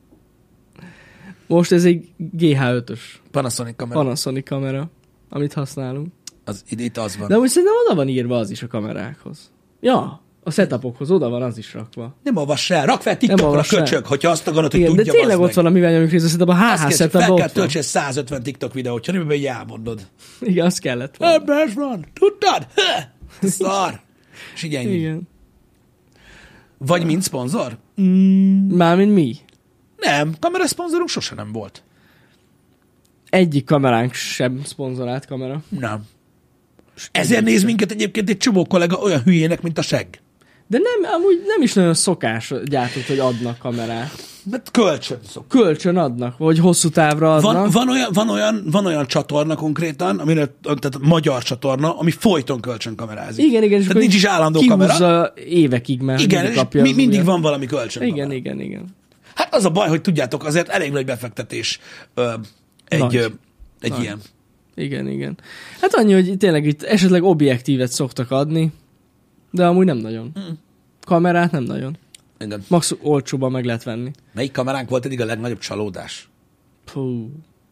Most ez egy GH5-ös. Panasonic kamera, amit használunk. Itt az van. De amúgy szerintem oda van írva az is a kamerákhoz. Ja, a setupokhoz oda van az is rakva. Nem olvass el, rak fel TikTokra, köcsög, hogyha azt akarod, hogy igen, tudja. De tényleg ott van, amivel nyomjuk részt, szerintem a HH setupban fel ott kell van. töltsél 150 TikTok videót, ha nem, így elmondod. Igen, az kellett volna. Ebben ez van, tudtad? Szar. És így ennyi. Igen. Vagy mint szponzor? Mármint mi? Nem, kameraszponzorunk sose nem volt. Egyik kameránk sem szponzorált kamera. Nem. Ezért néz minket egyébként egy csomó kollega olyan hülyének, mint a segg. De nem, amúgy nem is nagyon szokás gyártott, hogy adnak kamerát. Mert kölcsön szok. Kölcsön adnak, vagy hosszú távra adnak. Van olyan csatorna konkrétan, tehát magyar csatorna, ami folyton kölcsön kamerázik. Igen. Tehát nincs is állandó kamera. Évekig már. Igen, kapja mindig van valami kölcsön. Igen. Hát az a baj, hogy tudjátok, azért elég nagy befektetés egy ilyen. Igen. Hát annyi, hogy tényleg itt esetleg objektívet szoktak adni, de amúgy nem nagyon. Kamerát nem nagyon. Igen. Max olcsóban meg lehet venni. Melyik kameránk volt eddig a legnagyobb csalódás? Puh.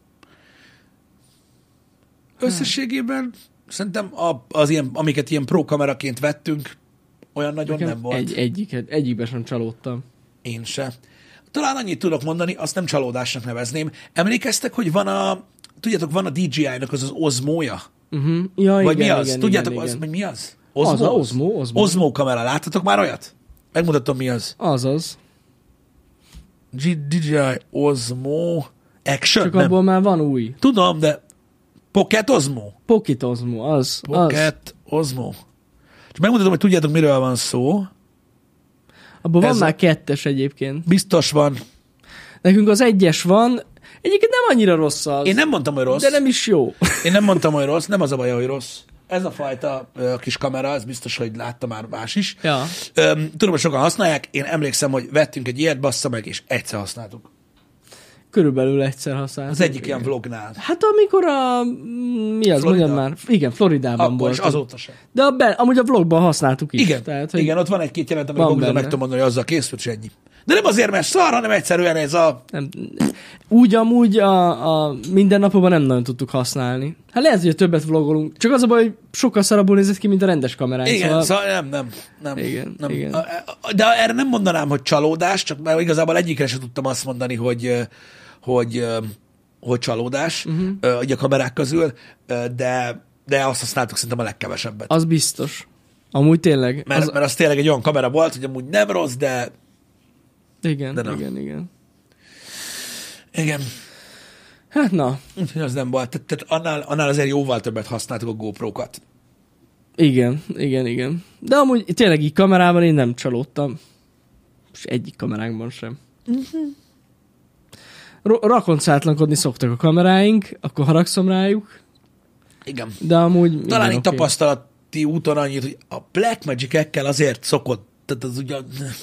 Összességében szerintem az ilyen, amiket ilyen pro kameraként vettünk, olyan nagyon nem volt. Egyikben sem csalódtam. Én se. Talán annyit tudok mondani, azt nem csalódásnak nevezném. Emlékeztek, hogy van a DJI-nak az Osmo-ja? Ja, vagy igen, mi az? Igen, Tudjátok, igen. az, mi az? Osmo. Osmo kamera. Láttatok már olyat? Megmutatom, mi az. Azaz. DJI Osmo Action? Csak abból már van új. Tudom, de Pocket Osmo? Pocket Osmo, az. Pocket Osmo. Csak megmutatom, hogy tudjátok, miről van szó. Abban van már 2-es egyébként. Biztos van. Nekünk az 1-es van. Egyébként nem annyira rossz az. Én nem mondtam, hogy rossz. De nem is jó. Én nem mondtam, hogy rossz. Nem az a baj, hogy rossz. Ez a fajta kis kamera, ez biztos, hogy látta már más is. Ja. Tudom, hogy sokan használják. Én emlékszem, hogy vettünk egy ilyet, bassza meg, és egyszer használtuk. Körülbelül egyszer használtuk. Az egyik ilyen vlognál. Hát amikor mi az, mondjam már? Igen, Floridában akkor volt. És azóta sem. De amúgy a vlogban használtuk is. Igen, tehát, igen, ott van egy-két jelent, amit Google meg tudom mondani, hogy azzal készült, és ennyi. De nem azért, mert szar, hanem egyszerűen ez a... Nem, úgy amúgy a mindennapokban nem nagyon tudtuk használni. Hát lehet, hogy többet vlogolunk. Csak az a baj, hogy sokkal szarabbul nézett ki, mint a rendes kamerán. Igen, szóval nem. Igen. De erre nem mondanám, hogy csalódás, csak mert igazából egyikre sem tudtam azt mondani, hogy csalódás a kamerák közül, de azt használtuk szerintem a legkevesebbet. Az biztos. Amúgy tényleg. Mert az tényleg egy olyan kamera volt, hogy amúgy nem rossz, de... Igen. Hát na. Úgyhogy az nem volt. Tehát annál azért jóval többet használtuk a GoPro-kat. Igen. De amúgy tényleg így kamerában én nem csalódtam. És egyik kameránkban sem. Rakoncátlankodni szoktak a kameráink, akkor haragszom rájuk. Igen. De amúgy... Talán itt tapasztalati úton annyit, hogy a Blackmagic-ekkel azért szokott tehát az ugyan...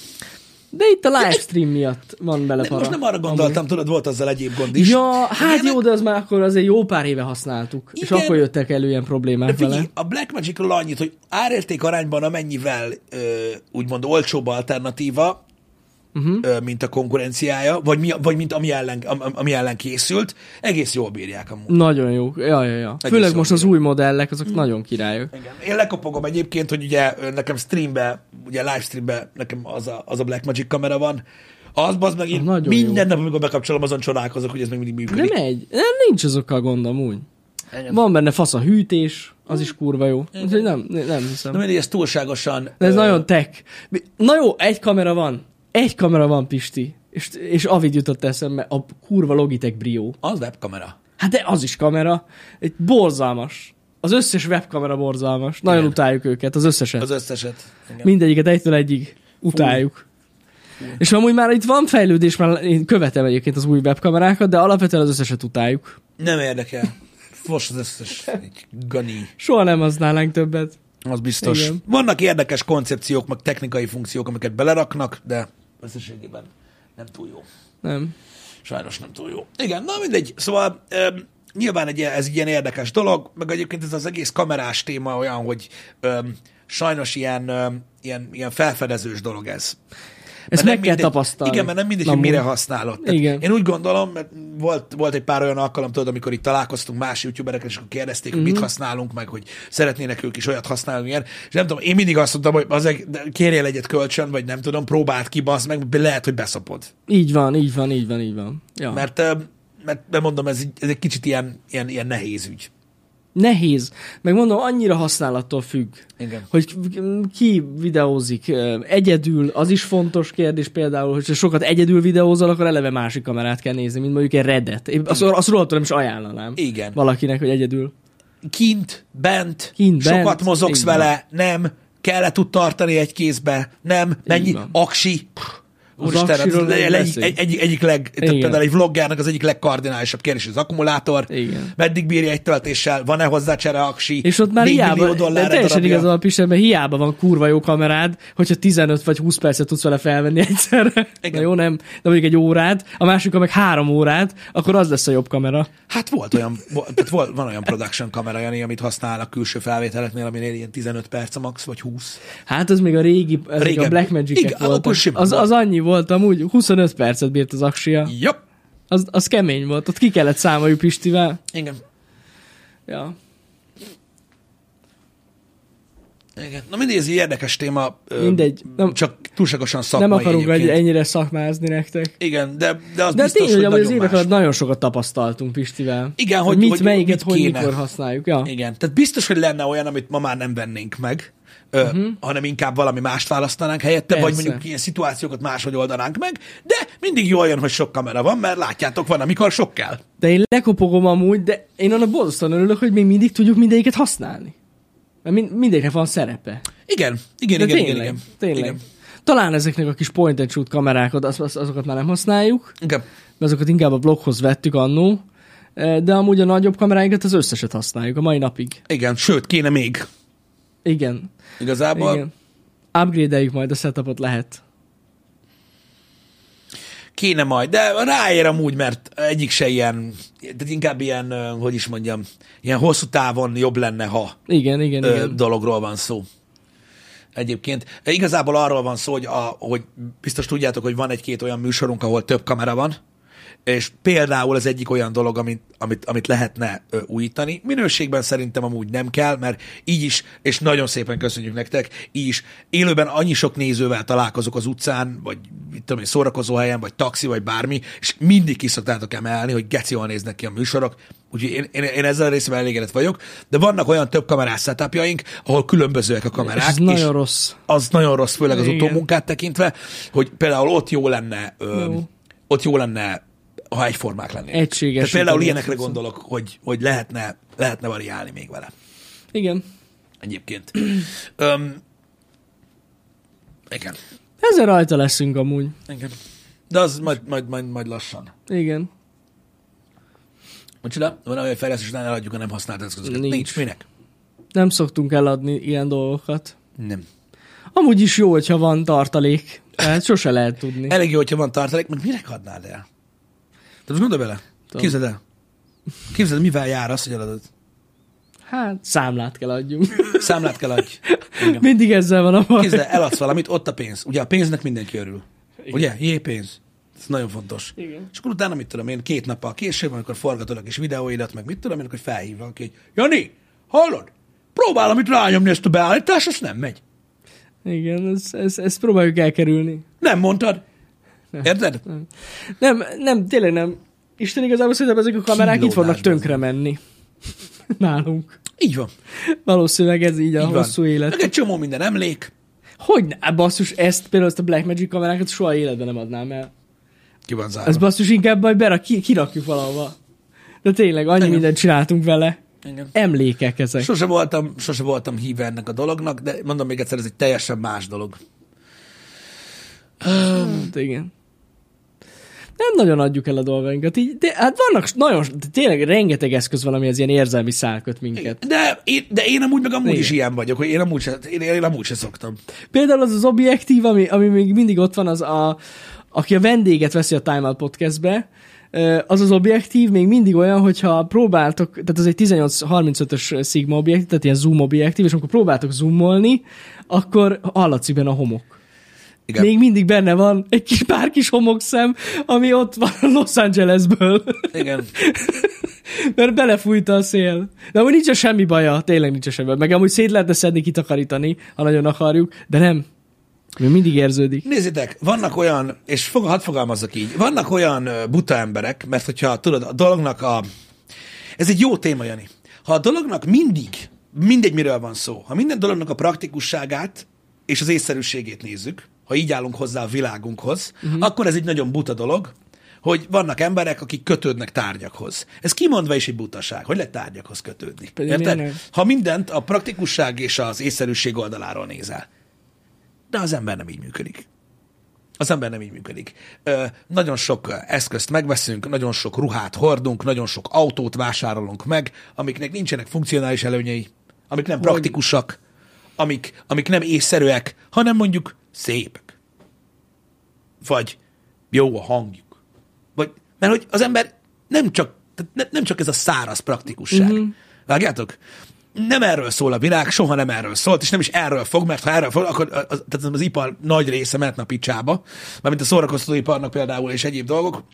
De itt a livestream miatt van bele para. Most nem arra gondoltam, tudod, volt azzal egyéb gond is. Ja, hát jó, de az már akkor azért jó pár éve használtuk. Igen, és akkor jöttek elő ilyen problémák de vele. A Blackmagicról annyit, hogy árérték arányban amennyivel úgymond olcsóbb alternatíva, mint a konkurenciája, vagy mint ami ellen készült, egész jól bírják amúgy. Nagyon jó. Ja. Főleg most az új modellek, azok nagyon királyok. Igen. Én lekopogom egyébként, hogy ugye nekem livestreambe nekem az a Blackmagic kamera van. Az meg én minden nap, amikor bekapcsolom, azon csodálkozok, hogy ez még mindig működik. Nem, nincs azokkal gond amúgy. Igen. Van benne fasz a hűtés, az is kurva jó. Úgyhogy nem hiszem. De mindig ez túlságosan... De ez nagyon tech. Na jó, egy kamera van, Pisti. És Avid jutott eszembe, a kurva Logitech Brio. Az webkamera. Hát de az is kamera. Egy borzalmas. Az összes webkamera borzalmas. Nagyon utáljuk őket, az összeset. Az összeset. Igen. Mindegyiket egytől egyig utáljuk. És amúgy már itt van fejlődés, már én követem egyébként az új webkamerákat, de alapvetően az összeset utáljuk. Nem érdekel. Most az összes gani. Soha nem használnánk többet. Az biztos. Igen. Vannak érdekes koncepciók, meg technikai funkciók, amiket beleraknak, de összességében nem túl jó. Nem. Sajnos nem túl jó. Igen, na mindegy. Szóval nyilván ez egy ilyen érdekes dolog, meg egyébként ez az egész kamerás téma olyan, hogy sajnos ilyen felfedezős dolog ez. Ezt meg kell tapasztalni. Igen, mert nem mindegy, hogy mire használod. Igen. Én úgy gondolom, mert volt egy pár olyan alkalom, tudod, amikor itt találkoztunk más youtuberekkel, és akkor kérdezték, hogy mit használunk, meg hogy szeretnének ők is olyat használni, ilyen. És nem tudom, én mindig azt mondtam, hogy kérjél egyet kölcsön, vagy nem tudom, próbáld ki, bassz meg, lehet, hogy beszopod. Így van. Ja. Mert mondom, ez egy kicsit ilyen nehéz ügy. Nehéz. Meg mondom, annyira használattól függ. Igen. Hogy ki videózik egyedül, az is fontos kérdés például, hogyha sokat egyedül videózol, akkor eleve másik kamerát kell nézni, mint mondjuk egy Redet. Azt róla nem is ajánlanám. Igen. Valakinek, hogy egyedül. Kint, bent, sokat mozogsz vele, nem, kellett tud tartani egy kézbe, nem, mennyi, aksi. Úristen, például egy vloggernek az egyik legkardinálisabb kérdés az akkumulátor. Igen. Meddig bírja egy töltéssel? Van-e hozzá csereaksi? És ott már hiába, de teljesen igaz a Pisti, mert hiába van kurva jó kamerád, hogyha 15 vagy 20 percet tudsz vele felvenni egyszerre. Na jó, nem, de mondjuk egy órát, a másikon meg 3 órát, akkor az lesz a jobb kamera. Hát van olyan production kamera, Jani, amit használnak külső felvételeknél, aminél ilyen 15 perc a max, vagy 20. Hát az még a régi a Blackmagic-ek voltak. Az annyi volt amúgy, 25 percet bírt az aksia. Yep. Az kemény volt, ott ki kellett számoljuk Pistivel. Igen. Ja. Igen. Na mindig ez egy érdekes téma, mindegy. Csak túlságosan szakmai. Nem akarunk ennyire szakmázni nektek. Igen, de az biztos, tényleg, hogy az évek alatt nagyon sokat tapasztaltunk Pistivel. Igen, hogy melyiket, hogy mikor használjuk. Ja. Igen, tehát biztos, hogy lenne olyan, amit ma már nem vennénk meg, hanem inkább valami mást választanánk helyette, vagy mondjuk ilyen szituációkat máshogy oldanánk meg, de mindig jól jön, hogy sok kamera van, mert látjátok, van, amikor sok kell. De én lekopogom amúgy, de én annak borzasztóan örülök, hogy még mindig tudjuk mindegyiket használni. Mert mindegyiknek van szerepe. Igen. Tényleg. Igen. Talán ezeknek a kis point and shoot kamerákat, azokat már nem használjuk, igen. Mert azokat inkább a bloghoz vettük annó, de amúgy a nagyobb kameráinkat az összeset használjuk a mai napig. Igen, sőt, kéne még. Igen. Igazából. Igen. Upgrade-eljük majd a setupot, lehet. Kéne majd, de ráér amúgy, mert egyik se ilyen, de inkább ilyen, hogy is mondjam, ilyen hosszú távon jobb lenne, ha igen. dologról van szó. Egyébként. Igazából arról van szó, hogy biztos tudjátok, hogy van egy-két olyan műsorunk, ahol több kamera van, és például az egyik olyan dolog, amit lehetne újítani. Minőségben szerintem amúgy nem kell, mert így is, és nagyon szépen köszönjük nektek, így is élőben annyi sok nézővel találkozok az utcán, vagy mit tudom én, szórakozóhelyen, vagy taxi, vagy bármi, és mindig ki szoktátok emelni, hogy geci jól néznek ki a műsorok. Úgyhogy én ezzel a részben elégedett vagyok, de vannak olyan több kamerás setupjaink, ahol különbözőek a kamerák. Ez nagyon rossz. Az nagyon rossz, főleg az utómunkát tekintve, hogy például ott jó lenne, ha egyformák lennének. Egységes. Tehát például ilyenekre gondolok, hogy lehetne variálni még vele. Igen. Egyébként. Igen. Ezzel rajta leszünk amúgy. Igen. De az majd lassan. Igen. Micsoda? Van olyan fejlesztés, hogy eladjuk a nem használt eszközöket. Nincs. Minek? Nem szoktunk eladni ilyen dolgokat. Nem. Amúgy is jó, hogyha van tartalék. Tehát sose lehet tudni. Elég jó, hogyha van tartalék, meg minek adnád el? Tehát most gondolj bele. Képzeld el. Képzeld, mivel jár az, hogy eladod? Hát, számlát kell adjunk. Számlát kell adj. Igen. Mindig ezzel van a baj. Képzeld el, eladsz valamit, ott a pénz. Ugye a pénznek mindenki örül. Igen. Ugye? Jé, pénz. Ez nagyon fontos. Igen. És akkor utána, mit tudom én, 2 nappal később, amikor forgatod a kis videóidat, meg mit tudom én, akkor felhív valaki, hogy Jani, hallod? Próbálom itt rányomni ezt a beállítást, azt nem megy. Igen, ezt próbáljuk elkerülni. Nem mondtad? Érted? Nem, tényleg nem. Isten igazából szerintem ezek a kamerák itt fognak tönkre menni. Nálunk. Így van. Valószínűleg ez így a Így hosszú van. élet. Meg egy csomó minden emlék. Hogyne? Basszus, például ezt a Blackmagic kamerákat soha életben nem adnám el. Ki van zárva. Ez basszus inkább majd kirakjuk valahova. De tényleg, annyi mindent csináltunk vele. Igen. Emlékek ezek. Sose voltam híve ennek a dolognak, de mondom még egyszer, ez egy teljesen más dolog. Hát igen. Nem nagyon adjuk el a dolgainkat. Hát vannak nagyon, tényleg rengeteg eszköz van, ami az ilyen érzelmi szál köt minket. De én amúgy is ilyen vagyok, hogy én amúgy se szoktam. Például az objektív, ami még mindig ott van, aki a vendéget veszi a Time Out Podcastbe, az objektív még mindig olyan, hogyha próbáltok, tehát az egy 18-35-ös Sigma objektív, tehát ilyen zoom objektív, és amikor próbáltok zoomolni, akkor hallatszik benne a homok. Igen. Még mindig benne van egy pár kis homokszem, ami ott van Los Angelesből. Igen. Mert belefújta a szél. De amúgy nincs semmi baja, tényleg nincs semmi baja. Meg amúgy szét lehetne szedni, kitakarítani, ha nagyon akarjuk, de nem. Még mindig érződik. Nézzétek, vannak olyan, és hadd fogalmazzak így, vannak olyan buta emberek, mert hogyha tudod, a dolognak ez egy jó téma, Jani. Ha a dolognak mindegy miről van szó, ha minden dolognak a praktikusságát és az észszerűségét nézzük, ha így állunk hozzá a világunkhoz, akkor ez egy nagyon buta dolog, hogy vannak emberek, akik kötődnek tárgyakhoz. Ez kimondva is egy butaság, hogy lehet tárgyakhoz kötődni. Érted? Ha mindent a praktikusság és az észszerűség oldaláról nézel. De az ember nem így működik. Az ember nem így működik. Nagyon sok eszközt megveszünk, nagyon sok ruhát hordunk, nagyon sok autót vásárolunk meg, amiknek nincsenek funkcionális előnyei, amik nem praktikusak, amik nem észszerűek, hanem mondjuk szépek. Vagy jó a hangjuk. Mert hogy az ember nem csak ez a száraz praktikusság. Vágjátok? Nem erről szól a világ, soha nem erről szólt, és nem is erről fog, mert ha erről fog, akkor tehát az ipar nagy része mehetne a picsába, mármint a szórakoztatóiparnak például, és egyéb dolgok.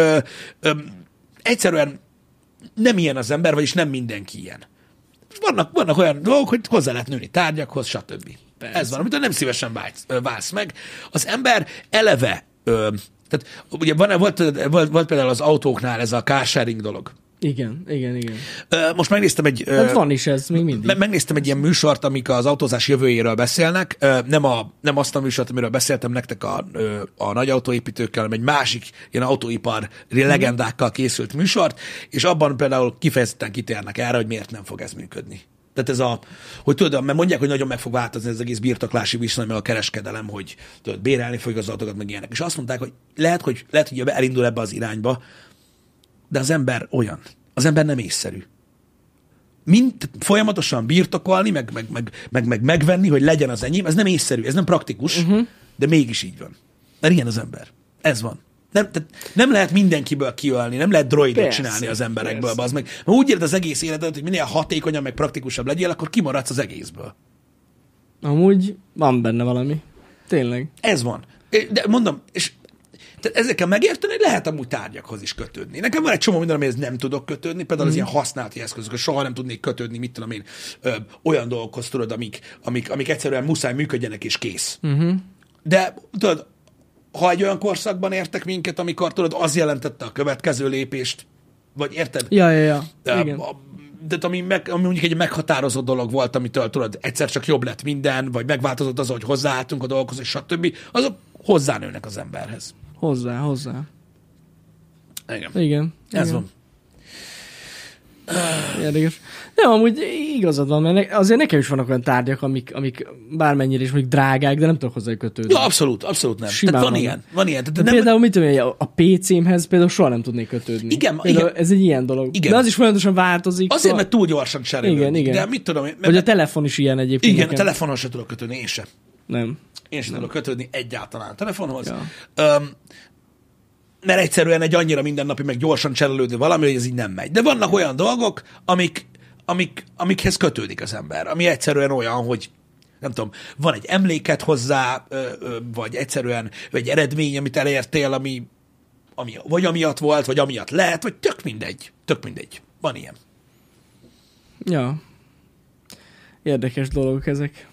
Egyszerűen nem ilyen az ember, vagyis nem mindenki ilyen. Vannak olyan dolgok, hogy hozzá lehet nőni tárgyakhoz, stb. Persze. Ez van, amit nem szívesen válsz meg. Az ember eleve, tehát ugye volt például az autóknál ez a car sharing dolog. Igen. Most megnéztem hát van is ez, még mindig. Megnéztem egy ilyen műsort, amik az autózás jövőjéről beszélnek. Nem azt a műsort, amiről beszéltem nektek a nagy autóépítőkkel, hanem egy másik ilyen autóipar legendákkal készült műsort, és abban például kifejezetten kitérnek erre, hogy miért nem fog ez működni. Tehát hogy tudod, mert mondják, hogy nagyon meg fog változni ez az egész birtoklási viszony, meg a kereskedelem, hogy tudod, bérelni fogjuk az autókat, meg ilyenek. És azt mondták, hogy lehet, hogy elindul ebbe az irányba, de az ember olyan. Az ember nem észszerű. Folyamatosan birtokolni, meg megvenni, hogy legyen az enyém, ez nem észszerű, ez nem praktikus, de mégis így van. Mert ilyen az ember. Ez van. Nem lehet mindenkiből kiölni, nem lehet droidot csinálni az emberekből. Az meg. Ha úgy éred az egész életet, hogy minél hatékonyabb, meg praktikusabb legyél, akkor kimaradsz az egészből. Amúgy van benne valami. Tényleg. Ez van. De mondom, és ezekkel megérteni, lehet amúgy tárgyakhoz is kötődni. Nekem van egy csomó minden, amihez nem tudok kötődni, például az ilyen használati eszközök, soha nem tudnék kötődni, mit tudom én, olyan dolgokhoz, tudod, amik egyszerűen muszáj működjenek, és kész. De tudod, ha egy olyan korszakban értek minket, amikor tudod, az jelentette a következő lépést, vagy érted? Ja. Igen. De ami mondjuk egy meghatározó dolog volt, amitől tudod, egyszer csak jobb lett minden, vagy megváltozott az, hogy hozzáálltunk a dolgokhoz, és stb. Azok hozzánőnek az emberhez. Hozzá. Igen. Ez van. Érdekes. Nem, amúgy igazad van, mert azért nekem is vannak olyan tárgyak, amik bármennyire is mondjuk drágák, de nem tudok hozzá kötődni. Ja, abszolút nem. Tehát van ilyen. Tehát például, mit tudom, a PC-mhez például soha nem tudnék kötődni. Igen. Ez egy ilyen dolog. Igen. De az is folyamatosan változik. Azért, mert túl gyorsan cserélődik. Igen. De mit tudom, vagy a telefon is ilyen egyébként. Igen, a telefonon sem tudok kötődni, én sem. Nem. Én sem tudok kötődni egyáltalán a telefonhoz. Ja. Mert egyszerűen egy annyira mindennapi, meg gyorsan cserélődő valami, hogy ez így nem megy. De vannak olyan dolgok, amikhez kötődik az ember. Ami egyszerűen olyan, hogy nem tudom, van egy emléket hozzá, vagy egyszerűen egy eredmény, amit elértél, ami vagy amiatt volt, vagy amiatt lehet, vagy tök mindegy. Tök mindegy. Van ilyen. Ja. Érdekes dolgok ezek.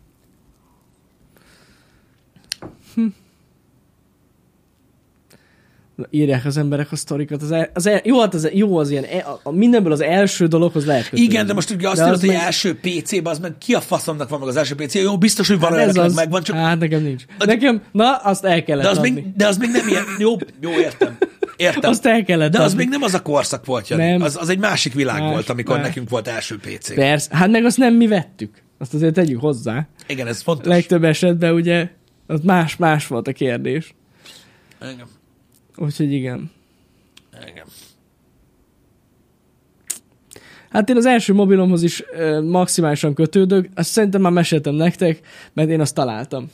Írják az emberek a sztorikat. Jó az ilyen, mindenből az első dologhoz lehet kötődni. Igen, de most ugye azt írod, hogy első PC-ben, az meg ki a faszomnak van meg az első PC? Jó, biztos, hogy van olyan, az megvan, csak... Hát nekem nincs. Nekem, azt el kellett adni. De az még nem ilyen... Jó, értem. Azt el kellett de az adni. még nem az a korszak volt, Jani. Az egy másik világ volt, amikor nekünk volt első PC. Persze. Hát meg azt nem mi vettük. Azt azért tegyük hozzá. Igen, ez fontos. Legtöbb esetben ugye az más volt a kérdés. Igen. Úgyhogy igen. Igen. Hát én az első mobilomhoz is maximálisan kötődök. Azt szerintem már meséltem nektek, mert én azt találtam.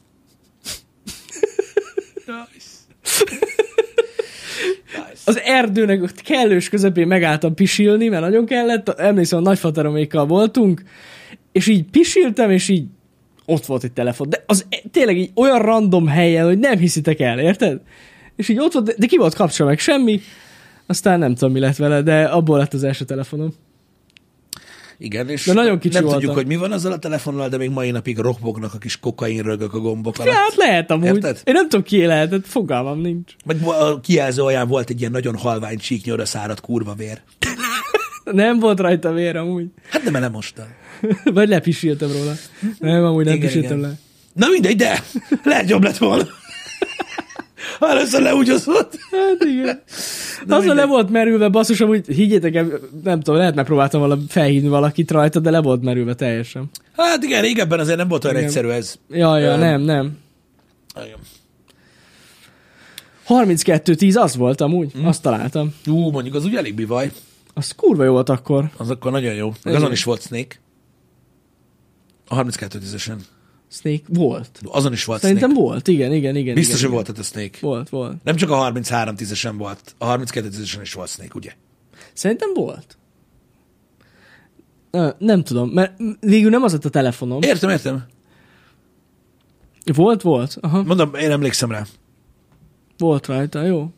Az erdőnek kellős közepén megálltam pisilni, mert nagyon kellett. Emlékszem, a nagyfateromékkal voltunk, és így pisiltem, és így ott volt egy telefon. De az tényleg így olyan random helyen, hogy nem hiszitek el, érted? És így ott volt, de ki volt kapcsolva, meg semmi. Aztán nem tudom, mi lett vele, de abból lett az első telefonom. Igen, és de nagyon kicsi nem voltam. tudjuk, hogy mi van azzal a telefonnal, de még mai napig robbognak a kis kokainrögök a gombok alatt. Ja, hát lehet amúgy. Érted? Én nem tudom, ki lehetett, fogalmam nincs. Meg a kijelző alján volt egy ilyen nagyon halvány csíknyóra száradt kurva vér. Nem volt rajta vér amúgy. Hát nem, nem mostan. Vagy lepisiltem róla. Nem, amúgy nem pisiltem le. Na mindegy, de lehet jobb lett volna. Ha először leúgyozott. Hát igen. Azzal le volt merülve, basszus, amúgy higgyétek el, nem tudom, lehet megpróbáltam felhívni valakit rajta, de le volt merülve teljesen. Hát igen, régebben azért nem volt olyan egyszerű ez. Ja, nem. Igen. 32-10 az volt amúgy, azt találtam. Mondjuk az úgy elég bivaj. Az kurva jó volt akkor. Az akkor nagyon jó. Meg azon is volt Snake. A 32-10-esen. Snake volt. Azon is volt Szerintem Snake. volt, igen. Biztos, hogy volt a Snake. Volt. Nem csak a 33-10-esen volt, a 32-10-esen is volt Snake, ugye? Szerintem volt. Nem tudom, mert végül nem az lett a telefonom. Értem. Volt. Aha. Mondom, én emlékszem rá. Volt rajta, jó.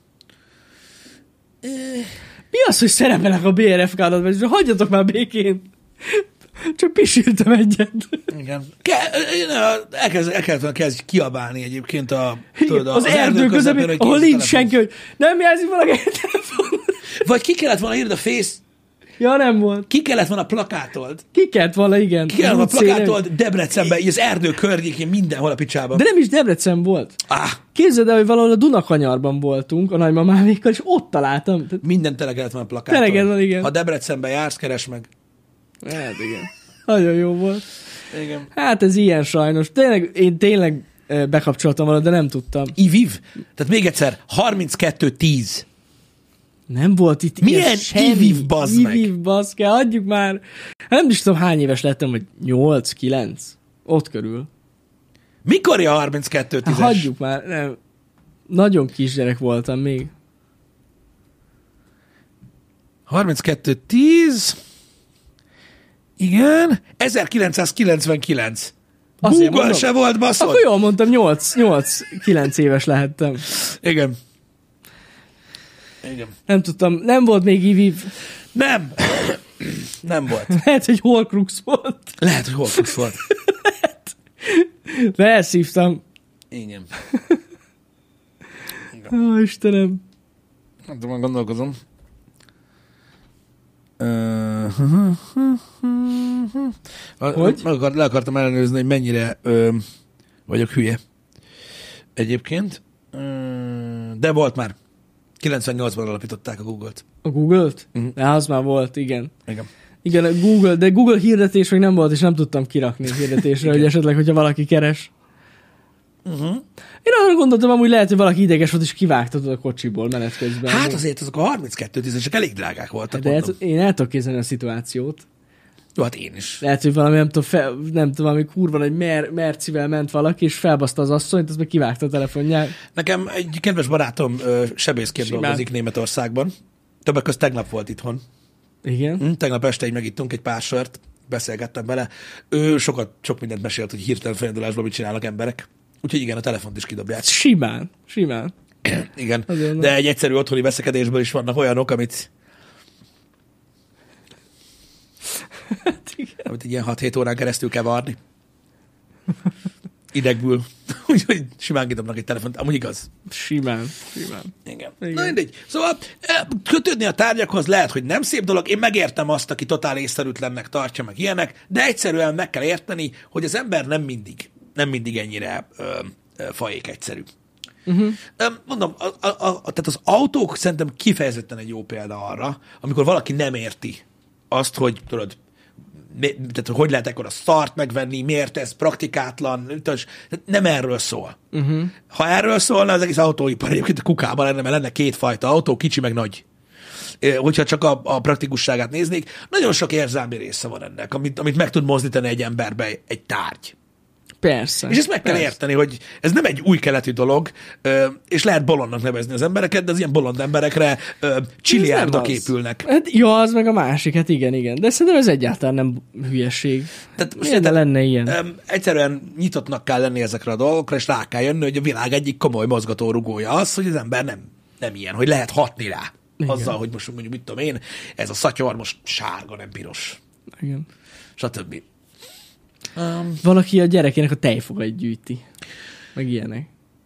Mi az, hogy szerepelek a BRFK-dat, vagy hagyjatok már békén. Csak pisiltem egyet. Igen. El kellett volna kezdeni kiabálni egyébként az erdő közepén, ahol nincs senki, hogy nem jelzik valaki egy telefon. Vagy ki kellett volna írni a Face. Ja, nem volt. Ki kellett volna plakátold. Ki kellett volna, igen. Ki kellett volna plakátold Debrecenben, így az erdő környékén, mindenhol a picsában. De nem is Debrecen volt. Képzeld el, hogy valahol a Dunakanyarban voltunk a nagymamámékkal, és ott találtam. Minden tele kellett volna plakátold. Tele van, igen. Ha Debrecenben jársz, keresd meg. Hát igen. Nagyon jó volt. Igen. Hát ez ilyen sajnos. Én tényleg bekapcsoltam valamit, de nem tudtam. IVIV? Tehát még egyszer, 32-10. Nem volt itt milyen IVIV, bazd meg? IVIV, bazd kell, adjuk már. Nem is tudom, hány éves lettem, hogy 8-9. Ott körül. Mikor a 32-10-es? Hát hagyjuk már. Nem. Nagyon kisgyerek voltam még. 32-10... Igen, 1999. Azért Google mondom, se volt, baszod. Akkor jól mondtam, 8-9 éves lehettem. Igen. Nem tudtam, nem volt még IVIV. Nem volt. Lehet, hogy Horcrux volt. De elszívtam. Igen. Ó, Istenem. Nem tudom, gondolkozom. Hogy? Le akartam ellenőrizni, hogy mennyire vagyok hülye. Egyébként. De volt már. 98-ban alapították a Google-t. A Google-t? De az már volt, igen. Igen. Igen, a Google, de Google hirdetés még nem volt, és nem tudtam kirakni hirdetésre, hogy esetleg, hogyha valaki keres. Én arra gondoltam, amúgy lehet, hogy valaki ideges volt, és kivágtatod a kocsiból menet közben. Hát azért azok a 32-10-esek elég drágák voltak. De én el tudok képzelni a szituációt. Jó, hát én is. Lehet, hogy valami, nem tudom, valami kurva nagy mercivel ment valaki, és felbaszta az asszonyt, az meg kivágta a telefonját. Nekem egy kedves barátom sebészként dolgozik Németországban. Többek között tegnap volt itthon. Igen. Tegnap este így megittunk egy pár sört, beszélgettem vele. Ő sok mindent mesélt, hogy hirtelen feljendulásban mit csinálnak emberek. Úgyhogy igen, a telefont is kidobják. Simán. Igen, de egy egyszerű otthoni veszekedésből is vannak olyanok, amit egy ilyen 6-7 órán keresztül kell várni. Idegből. Úgyhogy simán kidobnak egy telefont. Amúgy igaz. Simán. Igen. Na mindegy. Szóval kötődni a tárgyakhoz lehet, hogy nem szép dolog. Én megértem azt, aki totál észszerűtlennek tartja, meg ilyenek, de egyszerűen meg kell érteni, hogy az ember nem mindig ennyire fajék egyszerű. Mondom, tehát az autók szerintem kifejezetten egy jó példa arra, amikor valaki nem érti azt, hogy tudod, tehát hogy lehet ekkor a szart megvenni, miért ez praktikátlan, nem erről szól. Ha erről szólna, az egész autóipar egyébként a kukában lenne, mert lenne kétfajta autó, kicsi meg nagy. Hogyha csak a praktikusságát néznék, nagyon sok érzelmi része van ennek, amit meg tud mozdítani egy emberbe egy tárgy. Persze. És ezt meg kell érteni, hogy ez nem egy új keletű dolog, és lehet bolondnak nevezni az embereket, de az ilyen bolond emberekre csiliárdok épülnek. Hát, jó, az meg a másik, hát igen. De szerintem ez egyáltalán nem hülyeség. Tehát miért ne lenne ilyen? Egyszerűen nyitottnak kell lenni ezekre a dolgokra, és rá kell jönni, hogy a világ egyik komoly mozgatórugója az, hogy az ember nem ilyen, hogy lehet hatni rá. Igen. Azzal, hogy most mondjuk, mit tudom én, ez a szatyor most sárga, nem piros. Igen. Stb. Valaki a gyerekének a tejfogait gyűjti. Meg ilyenek.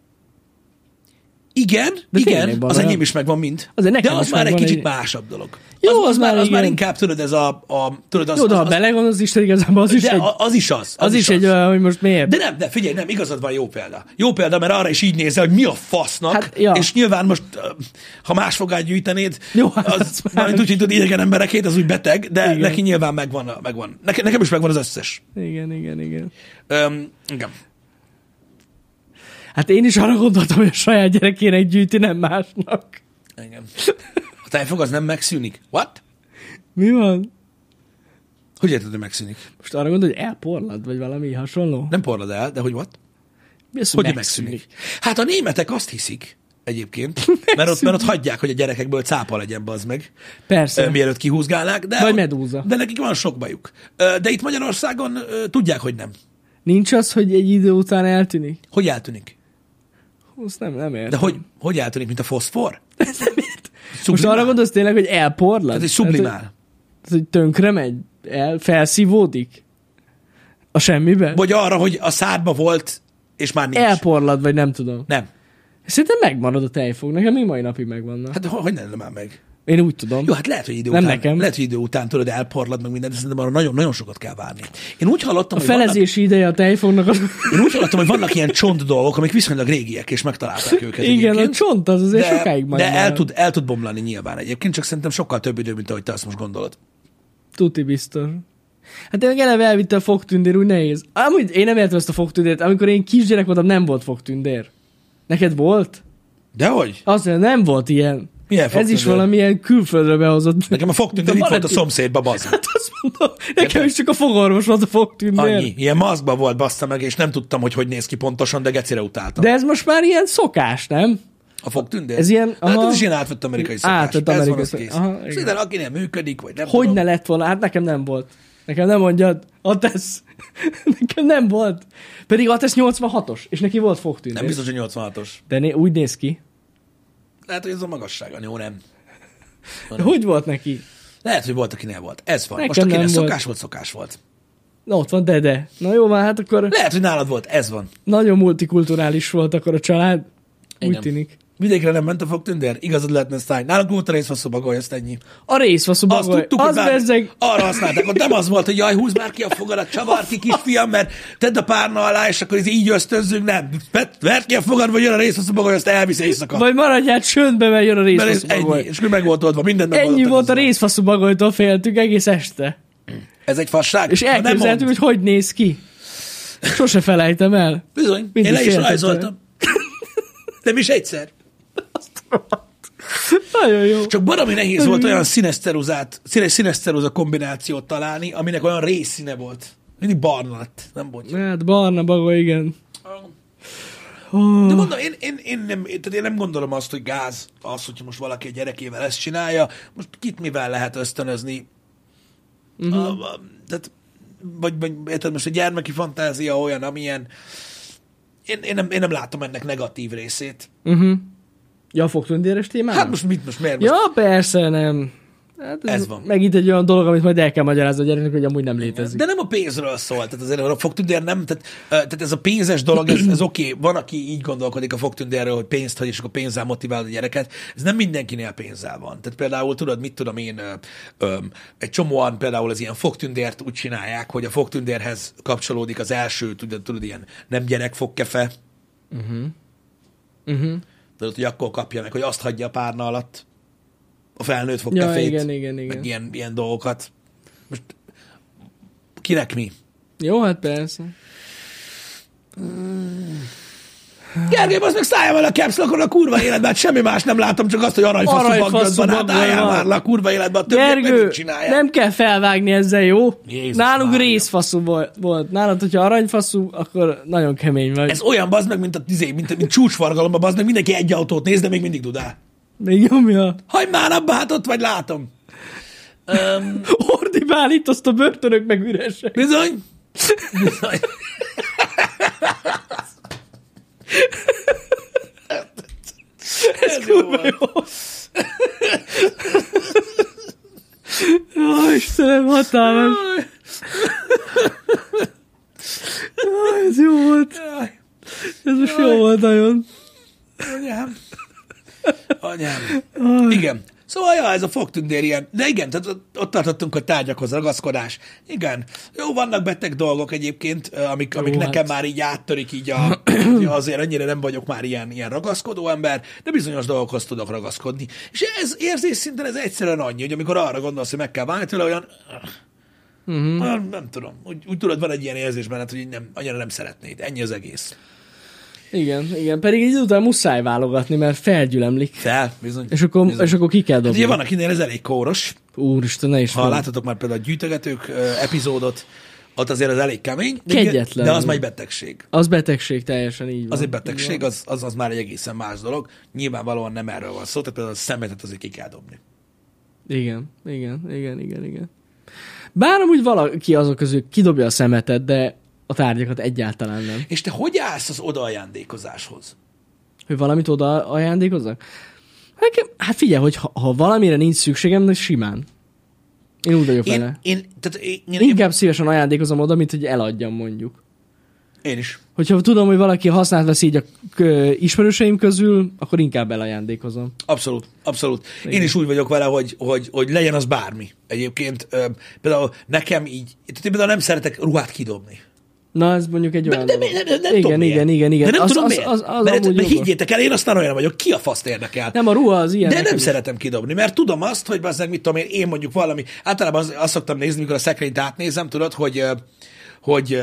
Igen, az enyém is megvan mind. De az már egy kicsit másabb dolog. Jó, az már inkább, tudod, ez tudod, jó, de ha belegondol, az Isten igazából az is egy... Az is egy olyan, hogy most miért? De figyelj, nem, igazad van, jó példa. Jó példa, mert arra is így nézel, hogy mi a fasznak, hát, ja. És nyilván most, ha más fogát gyűjtenéd, jó, az úgy, hogy tudod, idegen emberekét, az úgy beteg, de igen. Neki nyilván megvan. Nekem is megvan az összes. Igen. Igen. Hát én is arra gondoltam, hogy a saját gyerekének gyűjti, nem másnak. Igen. A tejfog az nem megszűnik. What? Mi van? Hogy érted, hogy megszűnik? Most arra gondolod, hogy elporlad, vagy valami hasonló? Nem porlad el, de hogy what? Mi az, hogy megszűnik? Hát a németek azt hiszik egyébként, mert ott hagyják, hogy a gyerekekből cápa legyen, bazd meg. Persze. Mielőtt kihúzgálnák. Vagy medúza. De nekik van sok bajuk. De itt Magyarországon tudják, hogy nem. Nincs az, hogy egy idő után eltűnik? Hogy eltűnik? Azt nem értem. De hogy eltűnik, mint a foszfor? Nem értem. Most arra gondolsz tényleg, hogy elporlad? Tehát egy sublimál. Tehát, hogy tönkre megy, felszívódik a semmibe? Vagy arra, hogy a szádba volt, és már nincs. Elporlad, vagy nem tudom. Nem. Szerintem megmarad a tejfog. Nekem még mai napig megvannak. Hát hogy nem már meg? Én úgy tudom. Jó, hát lehet, hogy idő után tudod, elporlad meg mindent, de szerintem arra nagyon-nagyon sokat kell várni. Én úgy hallottam, a felezési ideje a tejfognak. Én úgy hallottam, hogy vannak ilyen csont dolgok, amik viszonylag régiek, és megtalálták őket. Igen, egyébként. a csont az azért sokáig majd. De el tud bomlani nyilván egyébként, csak szerintem sokkal több idő, mint ahogy te azt most gondolod. Tuti biztos. Hát én eleve elvitte a fogtündér, úgy nehéz. Amúgy én nem értem ezt a fogtündért. Amikor én kisgyerek voltam, nem volt fogtündér. Neked volt? Dehogy? Azért nem volt ilyen. Ez is valamilyen külföldre behozott. Nekem a fogtündér itt volt a szomszédba, bazd. Hát azt mondom, nekem is csak a fogorvos volt a fogtündér. Annyi. Ilyen maszkba volt, bassza meg, és nem tudtam, hogy néz ki pontosan, de gecire utáltam. De ez most már ilyen szokás, nem? A fogtündér? Ez ilyen, hát ez is ilyen átvett amerikai szokás. Átvett amerikai szokás. Szerintem akinél működik, vagy nem hogy tudom. Ne lett volna? Hát nekem nem volt. Nekem nem mondjad. Attesz. Nekem nem volt. Pedig Attesz 86-os, és neki volt fogtündér. Nem biztos, hogy 86-os. De úgy néz ki. Lehet, hogy ez a magassága, jó, nem. De hogy volt neki? Lehet, hogy volt, akinél volt. Ez van. Nekem most akinél szokás volt. Na ott van, de. Na jó, már hát akkor... Lehet, hogy nálad volt, ez van. Nagyon multikulturális volt akkor a család. Úgy tűnik. Vidékre nem ment a fogtündér? Igazad lehetne szállni. Nálunk volt a részfaszú bagoly, ezt ennyi. A részfaszú bagoly. Azt tudtuk, az bezzeg... Arra használták, ott nem az volt, hogy jaj, húzd már ki a fogadat, csavar ki, kisfiam, mert tedd a párna alá, és akkor így ösztönzünk, nem. Verd ki a fogad, vagy jön a részfaszú bagoly, azt elvisz éjszaka. Vagy maradjál csöndbe, mert jön a részfaszú bagoly. Ennyi, és mi meg volt oldva, mindent meg ennyi volt a részfaszú bagolytól féltük egész este. Ez egy fasság. És elképzeltük, hogy néz ki. Sose felejtem el. Bizony, én le is rajzoltam. Nem is egyszer. Nagyon jó. Csak baromi nehéz volt olyan színes ceruza kombinációt találni, aminek olyan részszíne volt. Mindig barna lett, nem bocs. Hát barna baga, igen. De mondom, én nem gondolom azt, hogy gáz az, hogyha most valaki a gyerekével ezt csinálja. Most kit mivel lehet ösztönözni? Tehát, vagy érted, most a gyermeki fantázia olyan, amilyen... Én nem látom ennek negatív részét. Ja, a fogtündéres témán? Hát most miért most? Ja, persze, nem. Hát ez van. Megint egy olyan dolog, amit majd el kell magyarázni a gyereknek, hogy amúgy nem létezik. De nem a pénzről szól, tehát azért a fogtündér nem, tehát ez a pénzes dolog, ez oké. Van, aki így gondolkodik a fogtündérről, hogy pénzt hagy, és akkor pénzzel motiválod a gyereket. Ez nem mindenkinél pénzzel van. Tehát például tudod, mit tudom én, egy csomóan például az ilyen fogtündért úgy csinálják, hogy a fogtündérhez kapcsolódik az első, tudod ilyen nem gyerek fogkefe. Tudod, hogy akkor kapja meg, hogy azt hagyja a párna alatt. A felnőtt fogkefét, igen. meg ilyen dolgokat. Most kinek mi? Jó, hát persze. Gergely, az meg szálljál el a capslokon a kurva életben, hát semmi más nem látom, csak azt, hogy aranyfaszú bankjadban, hát álljál már le a kurva életben, a többiek meg csinálják. Nem kell felvágni ezzel, jó? Jézus nálunk Mária. Részfaszú volt. Nálad, hogyha aranyfaszú, akkor nagyon kemény vagy. Ez olyan bazd meg, mint csúcsforgalomban, bazd meg, mindenki egy autót néz, de még mindig dudál. Még nyomja. Hagyd már abba, hát ott vagy, látom. Ordibál itt, azt a börtönök meg üresek. Bizony. Ez kurva jó. Jaj, Istenem, hatalmas. Jaj, ez jó volt. Ez most jó volt nagyon. Anyám. Igen. Szóval, ja, ez a fogtündér ilyen. De igen, tehát ott tartottunk, hogy tárgyakhoz ragaszkodás. Igen. Jó, vannak beteg dolgok egyébként, amik nekem már így áttörik, így azért annyira nem vagyok már ilyen ragaszkodó ember, de bizonyos dolgokhoz tudok ragaszkodni. És ez érzés szinten ez egyszerűen annyi, hogy amikor arra gondolsz, hogy meg kell válni tőle, olyan nem tudom. Úgy tudod, van egy ilyen érzés benned, hogy annyira nem szeretnéd. Ennyi az egész. Igen, pedig egy idő után muszáj válogatni, mert felgyülemlik. Bizony. És akkor ki kell dobni. Hát ugye van, akinél ez elég kóros. Úristen, ne is Ha láttatok már például a gyűjtögetők epizódot, ott azért az elég kemény. Kegyetlen. De az már egy betegség. Az betegség, teljesen így van. Az egy betegség, az már egy egészen más dolog. Nyilvánvalóan nem erről van szó, tehát például a szemetet azért ki kell dobni. Igen. Bár amúgy valaki azok közül kidobja a szemetet, de a tárgyakat egyáltalán nem. És te hogy állsz az odaajándékozáshoz? Hogy valamit oda ajándékozzak? Hát figyelj, hogy ha valamire nincs szükségem, de simán. Én úgy vagyok vele. Inkább szívesen ajándékozom oda, mint hogy eladjam mondjuk. Én is. Hogyha tudom, hogy valaki használt veszi így a ismerőseim közül, akkor inkább elajándékozom. Abszolút. Igen. Én is úgy vagyok vele, hogy legyen az bármi. Egyébként például nekem így, például nem szeretek ruhát kidobni. Na, ez mondjuk egy olyan nem tudom miért. Igen. De nem tudom miért. Mert higgyétek el, én aztán olyan vagyok, ki a faszt érdekel. Nem, a ruha az ilyen. De nem szeretem kidobni, mert tudom azt, hogy bazdmeg, mit tudom én mondjuk valami, általában azt szoktam nézni, mikor a szekrényt átnézem, tudod, hogy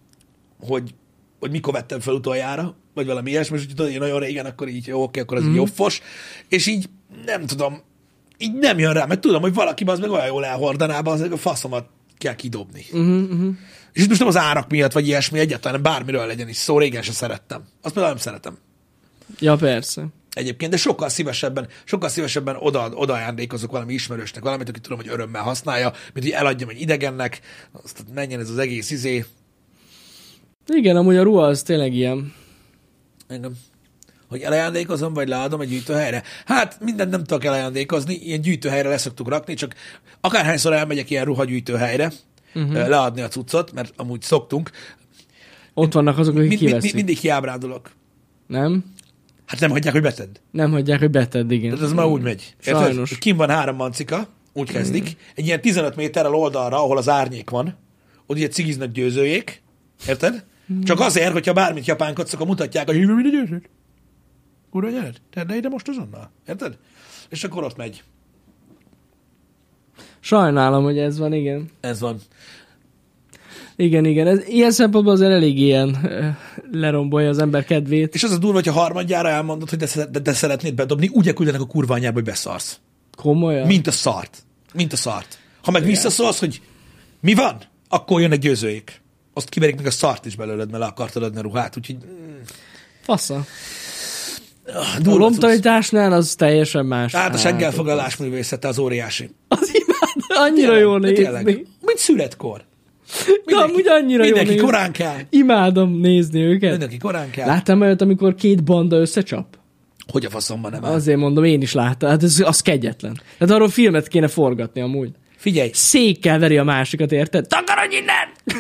mikor vettem fel utoljára, vagy valami ilyesmi, és tudod, hogy nagyon régen, akkor így jó, oké, akkor ez így jobbfos, és így nem tudom, így nem jön rá, mert tudom, hogy valaki az meg olyan jól elhordaná, az a faszomat kell kidobni. És itt most nem az árak miatt, vagy ilyesmi, egyáltalán bármiről legyen is szó, régen se szerettem. Azt például nem szeretem. Ja, persze. Egyébként, de sokkal szívesebben oda ajándékozok valami ismerősnek, valamit, aki tudom, hogy örömmel használja, mint hogy eladjam egy idegennek, azt menjen ez az egész izé. Igen, amúgy a ruha az tényleg ilyen. Engem. Hogy elajándékozom, vagy leadom egy gyűjtőhelyre? Hát mindent nem tudok elajándékozni, ilyen gyűjtőhelyre leszoktuk rakni, csak akárhányszor elmegyek ilyen ruhagyűjtőhelyre, leadni a cuccot, mert amúgy szoktunk. Ott vannak azok, akik kiveszik. Mindig kiábrándulok. Nem? Hát nem hagyják, hogy betedd. Nem hagyják, hogy betedd, igen. Tehát ez már úgy megy. Sajnos. Kim van 3 mancika, úgy kezdik. Egy ilyen 15 méterrel oldalra, ahol az árnyék van, ott ugye cigiznek győzőjék. Érted? Csak azért, hogyha bármit japánkodsz, akkor mutatják, hogy hívja, mind a győződ. Ura, gyere, tedd ide most azonnal. Érted? És akkor ott megy. Sajnálom, hogy ez van, igen. Ez van. Igen. Ilyen szempontból azért elég ilyen lerombolja az ember kedvét. És az a durva, hogyha harmadjára elmondod, hogy de szeretnéd bedobni, úgy elküldenek a kurva anyába, hogy beszarsz. Komolyan? Mint a szart. Ha meg visszaszólsz, hogy mi van, akkor jönnek győzőjék. Azt kiverik meg a szart is belőled, mert le akartad adni a ruhát, úgyhogy... Fasza. A lomtanításnál az teljesen más. Hát a seggelfoglalás művészete az óriási. Az imád, annyira jó nézni. Mint születkor. De amúgy annyira jó Mindenki korán kell. Imádom nézni őket. Mindenki korán kell. Láttam olyat, amikor két banda összecsap? Hogy a faszomban nem áll? Azért mondom, én is láttam. Hát az kegyetlen. Hát arról filmet kéne forgatni amúgy. Figyelj. Székkel veri a másikat, érted? Takarodj innen!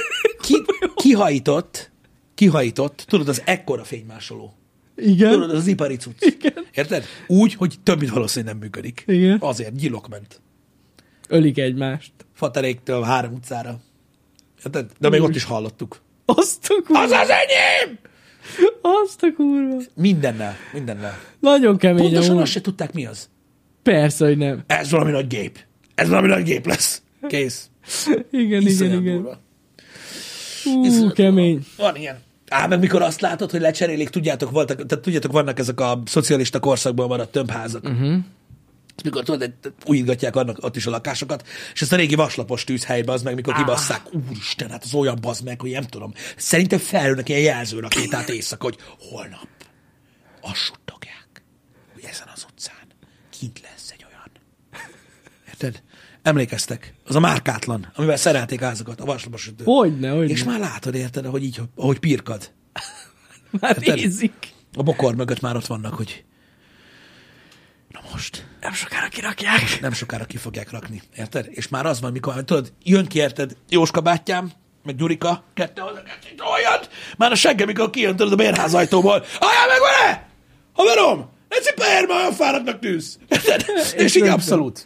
Kihajított, tudod, az ekkora fénymásoló. Igen. Tudod, az ipari cucc. Igen. Érted? Úgy, hogy több mint valószínűleg nem működik. Igen. Azért gyilok ment. Ölik egymást. Fateréktől 3 utcára. Érted? De még ott is hallottuk. Azt a kurva. Az az enyém! Azt a kurva. Mindennel. Nagyon kemény. Pontosan azt se tudták, mi az. Persze, hogy nem. Ez valami nagy gép lesz. Kész. Igen. Durva. Kemény. Van ilyen. Meg mikor azt látod, hogy lecserélik, tudjátok, vannak ezek a szocialista korszakban maradt tömbházak. Mikor tudod, újítgatják ott is a lakásokat, és ezt a régi vaslapos tűzhelybe az meg, mikor kibasszák, úristen, hát az olyan bazd meg, hogy nem tudom. Szerintem felülnek ilyen jelzőrakétát éjszaka, hogy holnap azt suttogják, hogy ezen az utcán kint lesz egy olyan. Érted? Emlékeztek? Az a márkátlan, amivel szerelték házakat, a vaslapos sütő. Hogyne. És már látod, érted, ahogy pirkad. Már nézik. A bokor mögött már ott vannak, hogy na most. Nem sokára kirakják. Nem sokára ki fogják rakni, érted? És már az van, mikor, tudod, jön ki, érted, Jóska bátyám, meg Gyurika, olyan, már a seggem, mikor kijön, tudod, a bérház ajtóból. Ajánl meg vele! Haverom! Ne cipelj már, olyan fáradtnak tűz! És így abszolút.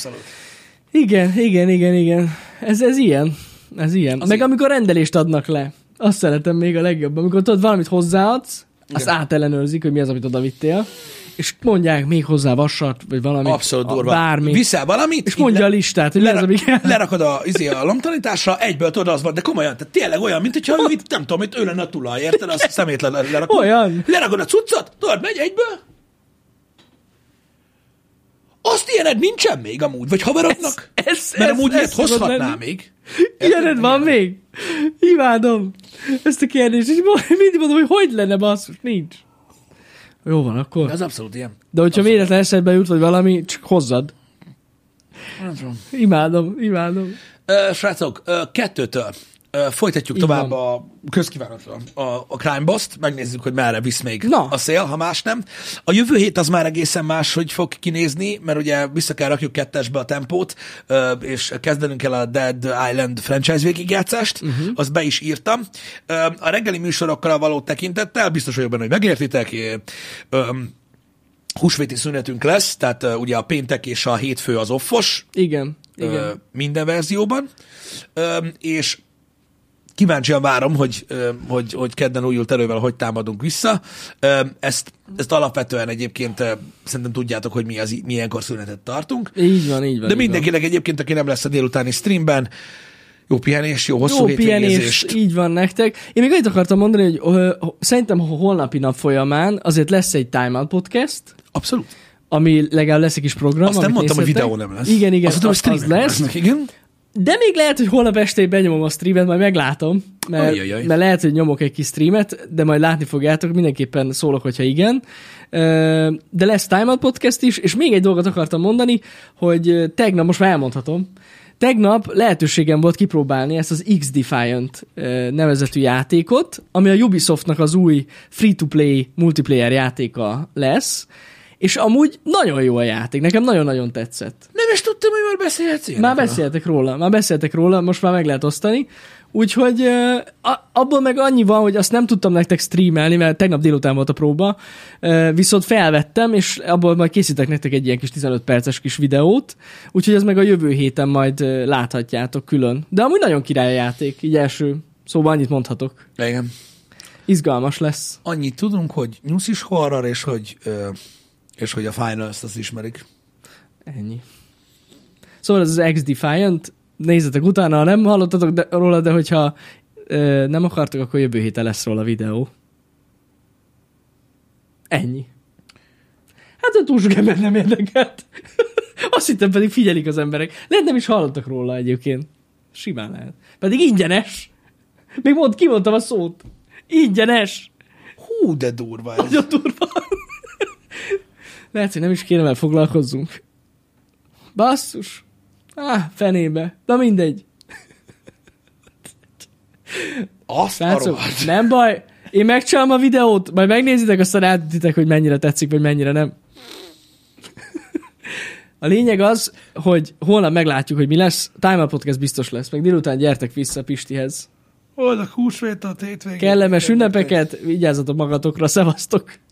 Igen. Ez ilyen. Meg amikor rendelést adnak le. Azt szeretem még a legjobban. Amikor tudod, valamit hozzáadsz, azt átellenőrzik, hogy mi az, amit oda vittél, és mondják még hozzá vassat, vagy valami. Abszolút durva. Bármi. Viszel valamit, és mondja a listát, hogy mi az, ami kell. Lerakod a lomtanításra, egyből tudod, az van, de komolyan, tehát tényleg olyan, mint hogyha ő itt, nem tudom, hogy ő lenne a tulaj, érted? Azt a szemét lerakod. Olyan. Lerakod a cuccot, tudod, megy egyből. Azt ilyened nincsen még amúgy, vagy haverodnak? Mert amúgy ilyet hozhatná még. Ilyened van még? Imádom ezt a kérdést, és mindig mondom, hogy lenne, basszus, nincs. Jó van, akkor. Ez abszolút ilyen. De hogyha véletlen eszedbe jut, vagy valami, csak hozzad. Imádom. Srácok, 2-től folytatjuk tovább a közkívánatra a Crime Boss-t, megnézzük, hogy merre visz még a szél, ha más nem. A jövő hét az már egészen más, hogy fog kinézni, mert ugye vissza kell rakjuk 2-esbe a tempót, és kezdenünk el a Dead Island franchise végigjátszást, azt be is írtam. A reggeli műsorokkal való tekintettel, biztos vagyok benne, hogy megértitek, húsvéti szünetünk lesz, tehát ugye a péntek és a hétfő az offos. Igen. Minden verzióban. És kíváncsian várom, hogy kedden újult erővel hogy támadunk vissza. Ezt alapvetően egyébként szerintem tudjátok, hogy milyenkor szünetet tartunk. Így van. De mindenkinek egyébként, aki nem lesz a délutáni streamben, jó pihenés, jó hosszú hétvégezést. Így van nektek. Én még annyit akartam mondani, hogy szerintem a holnapi nap folyamán azért lesz egy Time Out podcast. Abszolút. Ami legalább lesz egy kis program. Azt nem mondtam, hogy videó nem lesz. Igen, az lesz. Igen. De még lehet, hogy holnap este benyomom a streamet, majd meglátom, mert lehet, hogy nyomok egy kis streamet, de majd látni fogjátok, mindenképpen szólok, hogyha igen. De lesz Time Out podcast is, és még egy dolgot akartam mondani, hogy tegnap, most már elmondhatom, tegnap lehetőségem volt kipróbálni ezt az X-Defiant nevezetű játékot, ami a Ubisoftnak az új free-to-play multiplayer játéka lesz, és amúgy nagyon jó a játék, nekem nagyon-nagyon tetszett. Nem is tudtam, hogy már beszélhetsz Már beszéltek róla, most már meg lehet osztani. Úgyhogy abból meg annyi van, hogy azt nem tudtam nektek streamelni, mert tegnap délután volt a próba, viszont felvettem, és abból majd készítek nektek egy ilyen kis 15 perces kis videót, úgyhogy ez meg a jövő héten majd láthatjátok külön. De amúgy nagyon király a játék, így első szóval annyit mondhatok. Igen. Izgalmas lesz. Annyit tudunk, hogy nyuszis horror, és hogy a Finals-t azt ismerik. Ennyi. Szóval ez az X-Defiant, nézzetek utána, ha nem hallottatok róla, de hogyha nem akartok, akkor jövő héten lesz róla videó. Ennyi. Hát a túl sok ember nem érdekelt. Azt hittem, pedig figyelik az emberek. Lehet nem is hallottak róla egyébként. Simán lehet. Pedig ingyenes. Még kimondtam a szót. Ingyenes. Hú, de durva ez. Nagyon durva. Lehet, hogy nem is kéne, mert foglalkozzunk. Basszus. Fenébe. Na mindegy. Azt nem baj. Én megcsinálom a videót, majd megnézitek, aztán átütitek, hogy mennyire tetszik, vagy mennyire nem. A lényeg az, hogy holnap meglátjuk, hogy mi lesz. Time Out Podcast biztos lesz. Meg délután gyertek vissza Pistihez. Boldog húsvétot, hétvégét. Kellemes ünnepeket, vigyázzatok magatokra, szevasztok!